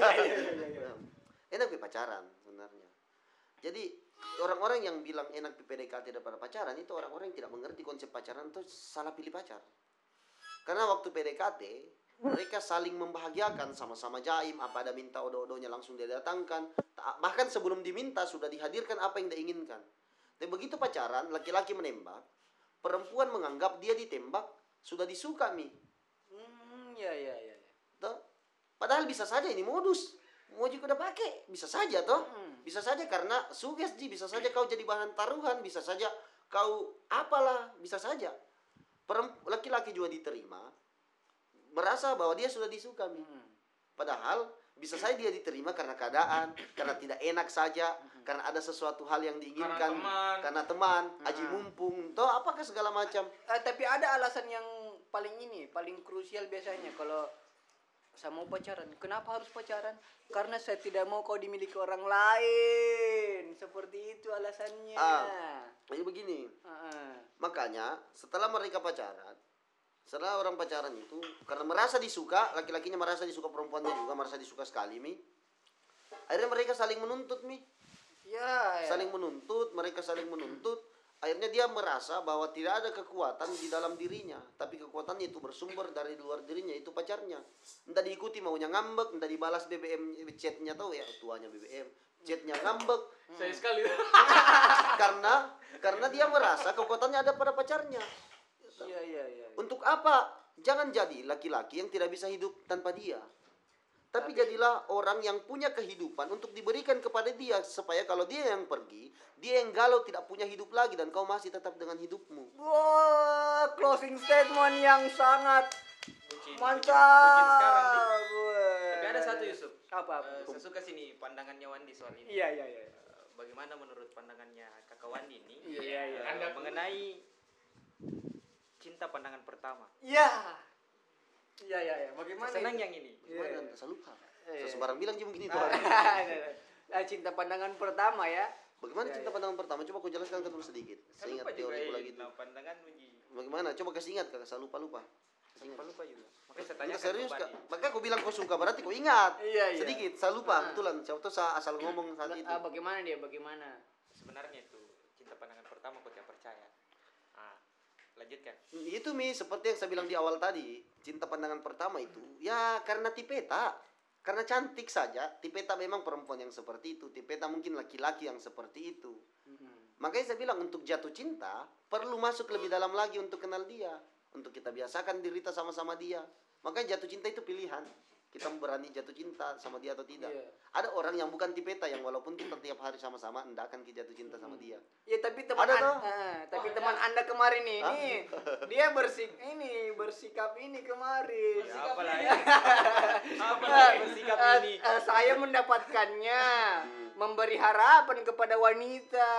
enak di pacaran sebenarnya. Jadi orang-orang yang bilang enak P D K T daripada pacaran itu orang-orang yang tidak mengerti konsep pacaran atau salah pilih pacar. Karena waktu P D K T mereka saling membahagiakan, sama-sama jaim, apa ada minta odo-odonya langsung dia datangkan. Bahkan sebelum diminta sudah dihadirkan apa yang dia inginkan. Tapi begitu pacaran, laki-laki menembak, perempuan menganggap dia ditembak sudah disuka mi. Hmm, ya ya ya. ya. Toh? Padahal bisa saja ini modus. Mau juga udah pakai, bisa saja toh. Hmm. Bisa saja karena sugesti, bisa saja kau jadi bahan taruhan, bisa saja kau apalah, bisa saja. Perempu- laki-laki juga diterima merasa bahwa dia sudah disuka mi. Hmm. Padahal bisa saja dia diterima karena keadaan, karena tidak enak saja, karena ada sesuatu hal yang diinginkan, Karena teman. karena teman, aji mumpung, toh apakah segala macam. Eh, tapi ada alasan yang paling ini, paling krusial biasanya kalau saya mau pacaran. Kenapa harus pacaran? Karena saya tidak mau kau dimiliki orang lain. Seperti itu alasannya. Ah. Jadi begini, Heeh. makanya setelah mereka pacaran, setelah orang pacaran itu karena merasa disuka, laki-lakinya merasa disuka, perempuannya juga merasa disuka sekali mi. Akhirnya mereka saling menuntut mi, Ya, ya. saling menuntut, mereka saling menuntut. Akhirnya dia merasa bahwa tidak ada kekuatan di dalam dirinya, tapi kekuatannya itu bersumber dari luar dirinya, itu pacarnya. Entah diikuti maunya ngambek, entah dibalas B B M chatnya tahu ya tuanya B B M chatnya ngambek. Saya sekali. karena karena dia merasa kekuatannya ada pada pacarnya. Iya, iya, iya. Untuk apa? Jangan jadi laki-laki yang tidak bisa hidup tanpa dia. Tapi jadilah orang yang punya kehidupan untuk diberikan kepada dia, supaya kalau dia yang pergi, dia yang galau tidak punya hidup lagi dan kau masih tetap dengan hidupmu. Wah, closing statement yang sangat Bucin, bucin, mantap. bucin sekarang nih. Wah. Tapi ada satu Yusuf. Apa? Eh, saya suka sini pandangannya Wandi soal ini. Iya, iya, iya. Eh, bagaimana menurut pandangannya kakak Wandi ini Iya, iya, iya. eh, Anda mengenai cinta pandangan pertama? Iya. Iya, iya, iya. Bagaimana? Senang itu? yang ini. Gimana? Saya lupa. Iya. Saya sembarang bilang aja begini tuh. Eh, cinta pandangan pertama ya. Bagaimana Ya, cinta ya. pandangan pertama? Coba kau jelaskan dulu sedikit. Saya Saya ingat lupa juga teoriku eh, lagi itu. nah, pandangan Uji. Bagaimana? Coba kasih ingat kakak, saya lupa-lupa. Kasih ingat. Lupa lupa juga. Makanya saya Enggak tanya serius kak. Maka aku bilang kau suka berarti kau ingat. Iya, iya. Sedikit, saya lupa. Ah. Betulan. Siapa tuh saya asal ngomong saat itu. Ah, bagaimana dia? Bagaimana? Sebenarnya itu cinta pandangan pertama kau tidak percaya. Ah, lanjutkan. Itu mi seperti yang saya bilang di awal tadi, cinta pandangan pertama itu ya karena tipeta, karena cantik saja. Tipeta memang perempuan yang seperti itu, tipeta mungkin laki-laki yang seperti itu. Makanya saya bilang untuk jatuh cinta perlu masuk lebih dalam lagi untuk kenal dia, untuk kita biasakan diri kita sama-sama dia. Makanya jatuh cinta itu pilihan. Kita berani jatuh cinta sama dia atau tidak. Iya. Ada orang yang bukan tipeta yang walaupun kita tiap hari sama-sama enggak akan kita jatuh cinta sama dia. Ya tapi teman Ada an- toh? ah, tapi Oh, teman ada. Anda kemarin ini Hah? dia bersik ini bersikap ini kemarin. Ya, apa lagi? Apa Ah, lagi bersikap ah, ini? ah, saya mendapatkannya memberi harapan kepada wanita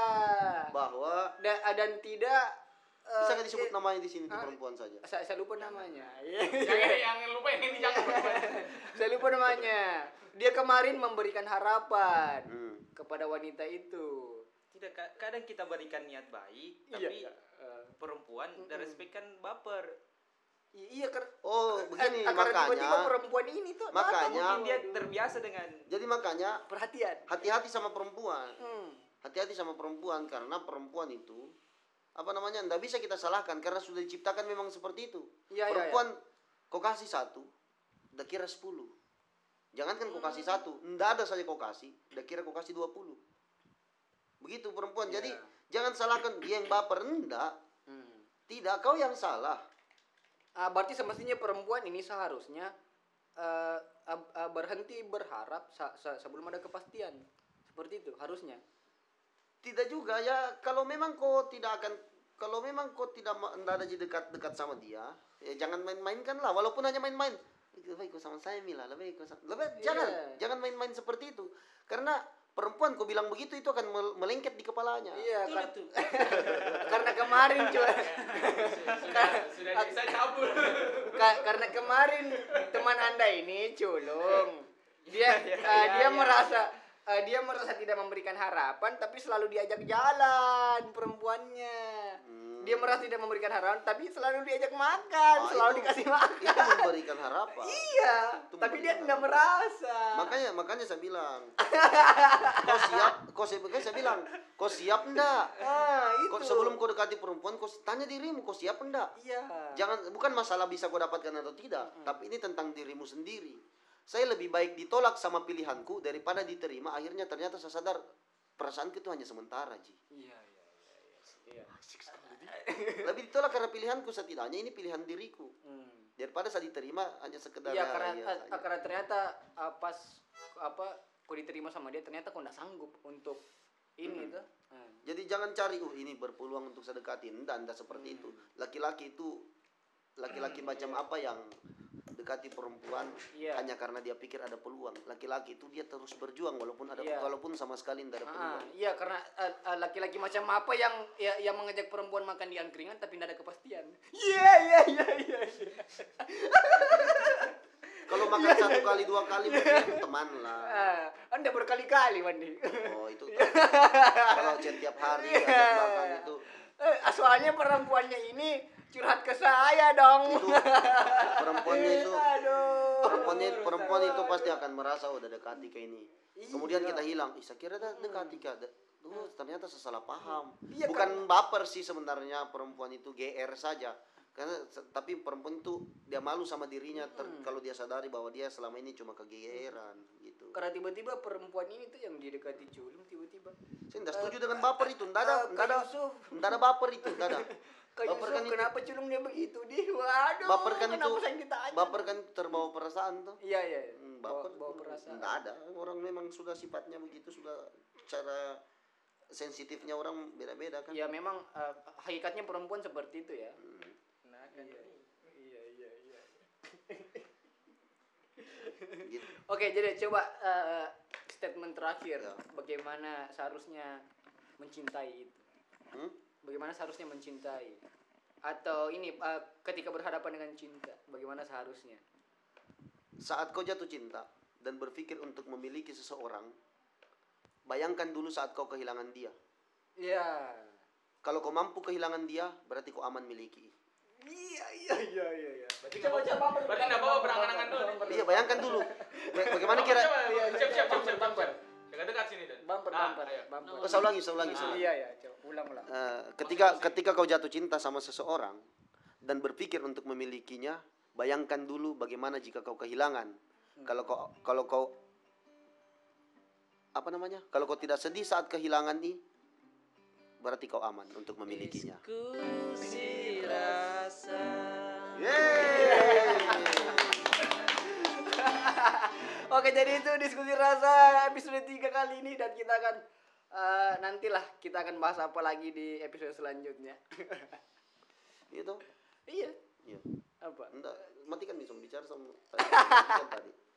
Bahwa dan, dan tidak eh, bisa nggak disebut eh, namanya di sini tuh ah, perempuan saja. saya, saya lupa namanya. Jangan yang lupa yang ini jangan. Saya lupa namanya. Dia kemarin memberikan harapan Hmm. kepada wanita itu. Tidak, ka- kadang kita berikan niat baik, Iya, tapi iya. Eh, perempuan dan respect kan baper. I- Iya ker Oh, begini eh, karena tiba-tiba makanya. perempuan ini tuh makanya- Mungkin dia terbiasa dengan Jadi makanya perhatian. hati-hati sama perempuan. Hmm. Hati-hati sama perempuan karena perempuan itu apa namanya? Nggak bisa kita salahkan karena sudah diciptakan memang seperti itu. Iya, iya, perempuan kau kasih satu, udah kira sepuluh. Jangankan kau kasih satu, nggak ada saja kau kasih, udah kira kau kasih dua puluh. Begitu perempuan. Jadi jangan salahkan dia yang baper, enggak. Hmm. Tidak, kau yang salah. Ah, berarti semestinya perempuan ini seharusnya eh, ab- ah, berhenti berharap sa- sa- sebelum ada kepastian. Seperti itu harusnya. Tidak juga ya, kalau memang kau tidak akan, kalau memang kau tidak ma- nggak ada jadi dekat-dekat sama dia, ya jangan main-mainkan lah, walaupun hanya main-main. Lebih baik kau sama saya Mila, lebih baik kau sama, lebih Iya. jangan, jangan main-main seperti itu, karena perempuan kau bilang begitu itu akan mel- melengket di kepalanya. Iya, Betul kar- itu. karena kemarin cuy. sudah sudah bisa cabul. Ka- karena kemarin teman anda ini culung, dia eh, dia iya. merasa eh, dia merasa tidak memberikan harapan, tapi selalu diajak jalan perempuannya. Dia merasa tidak memberikan harapan, tapi selalu diajak makan, Ah, selalu itu- dikasih makan. Itu memberikan harapan. Iya, Itu tapi dia memberikan tidak harapan. merasa. Makanya makanya saya bilang, kau siap, kau saya, makanya saya bilang, kau siap enggak? Ah, itu. Kau sebelum kau dekati perempuan, kau tanya dirimu, kau siap enggak? Iya. Jangan, bukan masalah bisa kau dapatkan atau tidak, tapi ini tentang dirimu sendiri. Saya lebih baik ditolak sama pilihanku daripada diterima. Akhirnya ternyata saya sadar perasaanku itu hanya sementara, Ji. Iya, iya, iya. Iya. Lebih ditolak karena pilihanku, setidaknya ini pilihan diriku. Hmm. Daripada saya diterima hanya sekedar Iya, ya, karena ya eh, saja. karena ternyata eh, pas apa kau diterima sama dia, ternyata kau nggak sanggup untuk ini tuh. Hmm. Jadi jangan cari, uh ini berpeluang untuk saya dekati. Enggak, enggak seperti itu. Laki-laki itu, laki-laki macam apa yang dekati perempuan Iya. hanya karena dia pikir ada peluang. Laki-laki itu dia terus berjuang walaupun ada Iya. walaupun sama sekali tidak ada Ah, peluang. iya karena eh, eh, laki-laki macam apa yang ya, yang mengajak perempuan makan di angkringan tapi tidak ada kepastian. Iya iya iya iya. iya. Kalau makan satu kali dua kali mungkin teman lah. Ah, anda berkali-kali Wandi. Oh itu kalau chat tiap hari ajak makan itu Eh, soalnya perempuannya ini curhat ke saya dong. itu perempuannya itu Aduh. perempuannya perempuan itu pasti akan merasa oh, udah dekati ke ini. Kemudian Iya. kita hilang, ih saya kira dah dekati kak. Tuh ternyata saya salah paham. Iya, Bukan baper sih sebenarnya perempuan itu G R saja. Karena se- tapi perempuan itu dia malu sama dirinya ter- kalau dia sadari bahwa dia selama ini cuma kegeeran gitu. Karena tiba-tiba perempuan ini tuh yang didekati culung tiba-tiba. Saya tidak setuju dengan baper itu. Tidak ada, Eh, tidak ada, Kak Yusuf. tidak ada baper itu, tidak ada. Kak Baper Yusuf, kan itu, kenapa culung dia begitu di? Waduh. baper kan itu, kenapa saya ditanya? baper kan terbawa perasaan tuh. Iya iya. iya. Hmm, Bawa, baper bawa perasaan. Tidak ada. Orang memang sudah sifatnya begitu, sudah cara sensitifnya orang beda-beda kan. Ya memang eh, hakikatnya perempuan seperti itu ya. Nah, kan Iya. Iya iya iya. Gitu. Oke, jadi coba eh, statement terakhir Ya. bagaimana seharusnya mencintai itu. Hmm? Bagaimana seharusnya mencintai? Atau ini eh, ketika berhadapan dengan cinta, bagaimana seharusnya? Saat kau jatuh cinta dan berpikir untuk memiliki seseorang, bayangkan dulu saat kau kehilangan dia. Iya. Kalau kau mampu kehilangan dia, berarti kau aman miliki. Iya iya iya iya. iya. Berarti nggak apa- berarti nggak apa-apa berangan-angan dulu nih. Iya, bayangkan dulu. Ba- Bagaimana kira? Coba, Iya, siap siap siap bumper, siap bumper. dekat-dekat sini dan Bumper Nah, bumper ayo. bumper. Oh, saya ulangi, saya ulangi. saya ulangi. Iya iya, coba ulang ulang. Eh, ketika ketika kau jatuh cinta sama seseorang dan berpikir untuk memilikinya, bayangkan dulu bagaimana jika kau kehilangan. Kalau kau kalau kau apa namanya? Kalau kau tidak sedih saat kehilangan ini, berarti kau aman untuk memilikinya. Diskusi rasa. Yeay. Oke, jadi itu diskusi rasa episode tiga kali ini dan kita akan eh, nantilah kita akan bahas apa lagi di episode selanjutnya. Itu? Iya. Iya. Apa? Enggak, matikan bisa bicara sama tadi.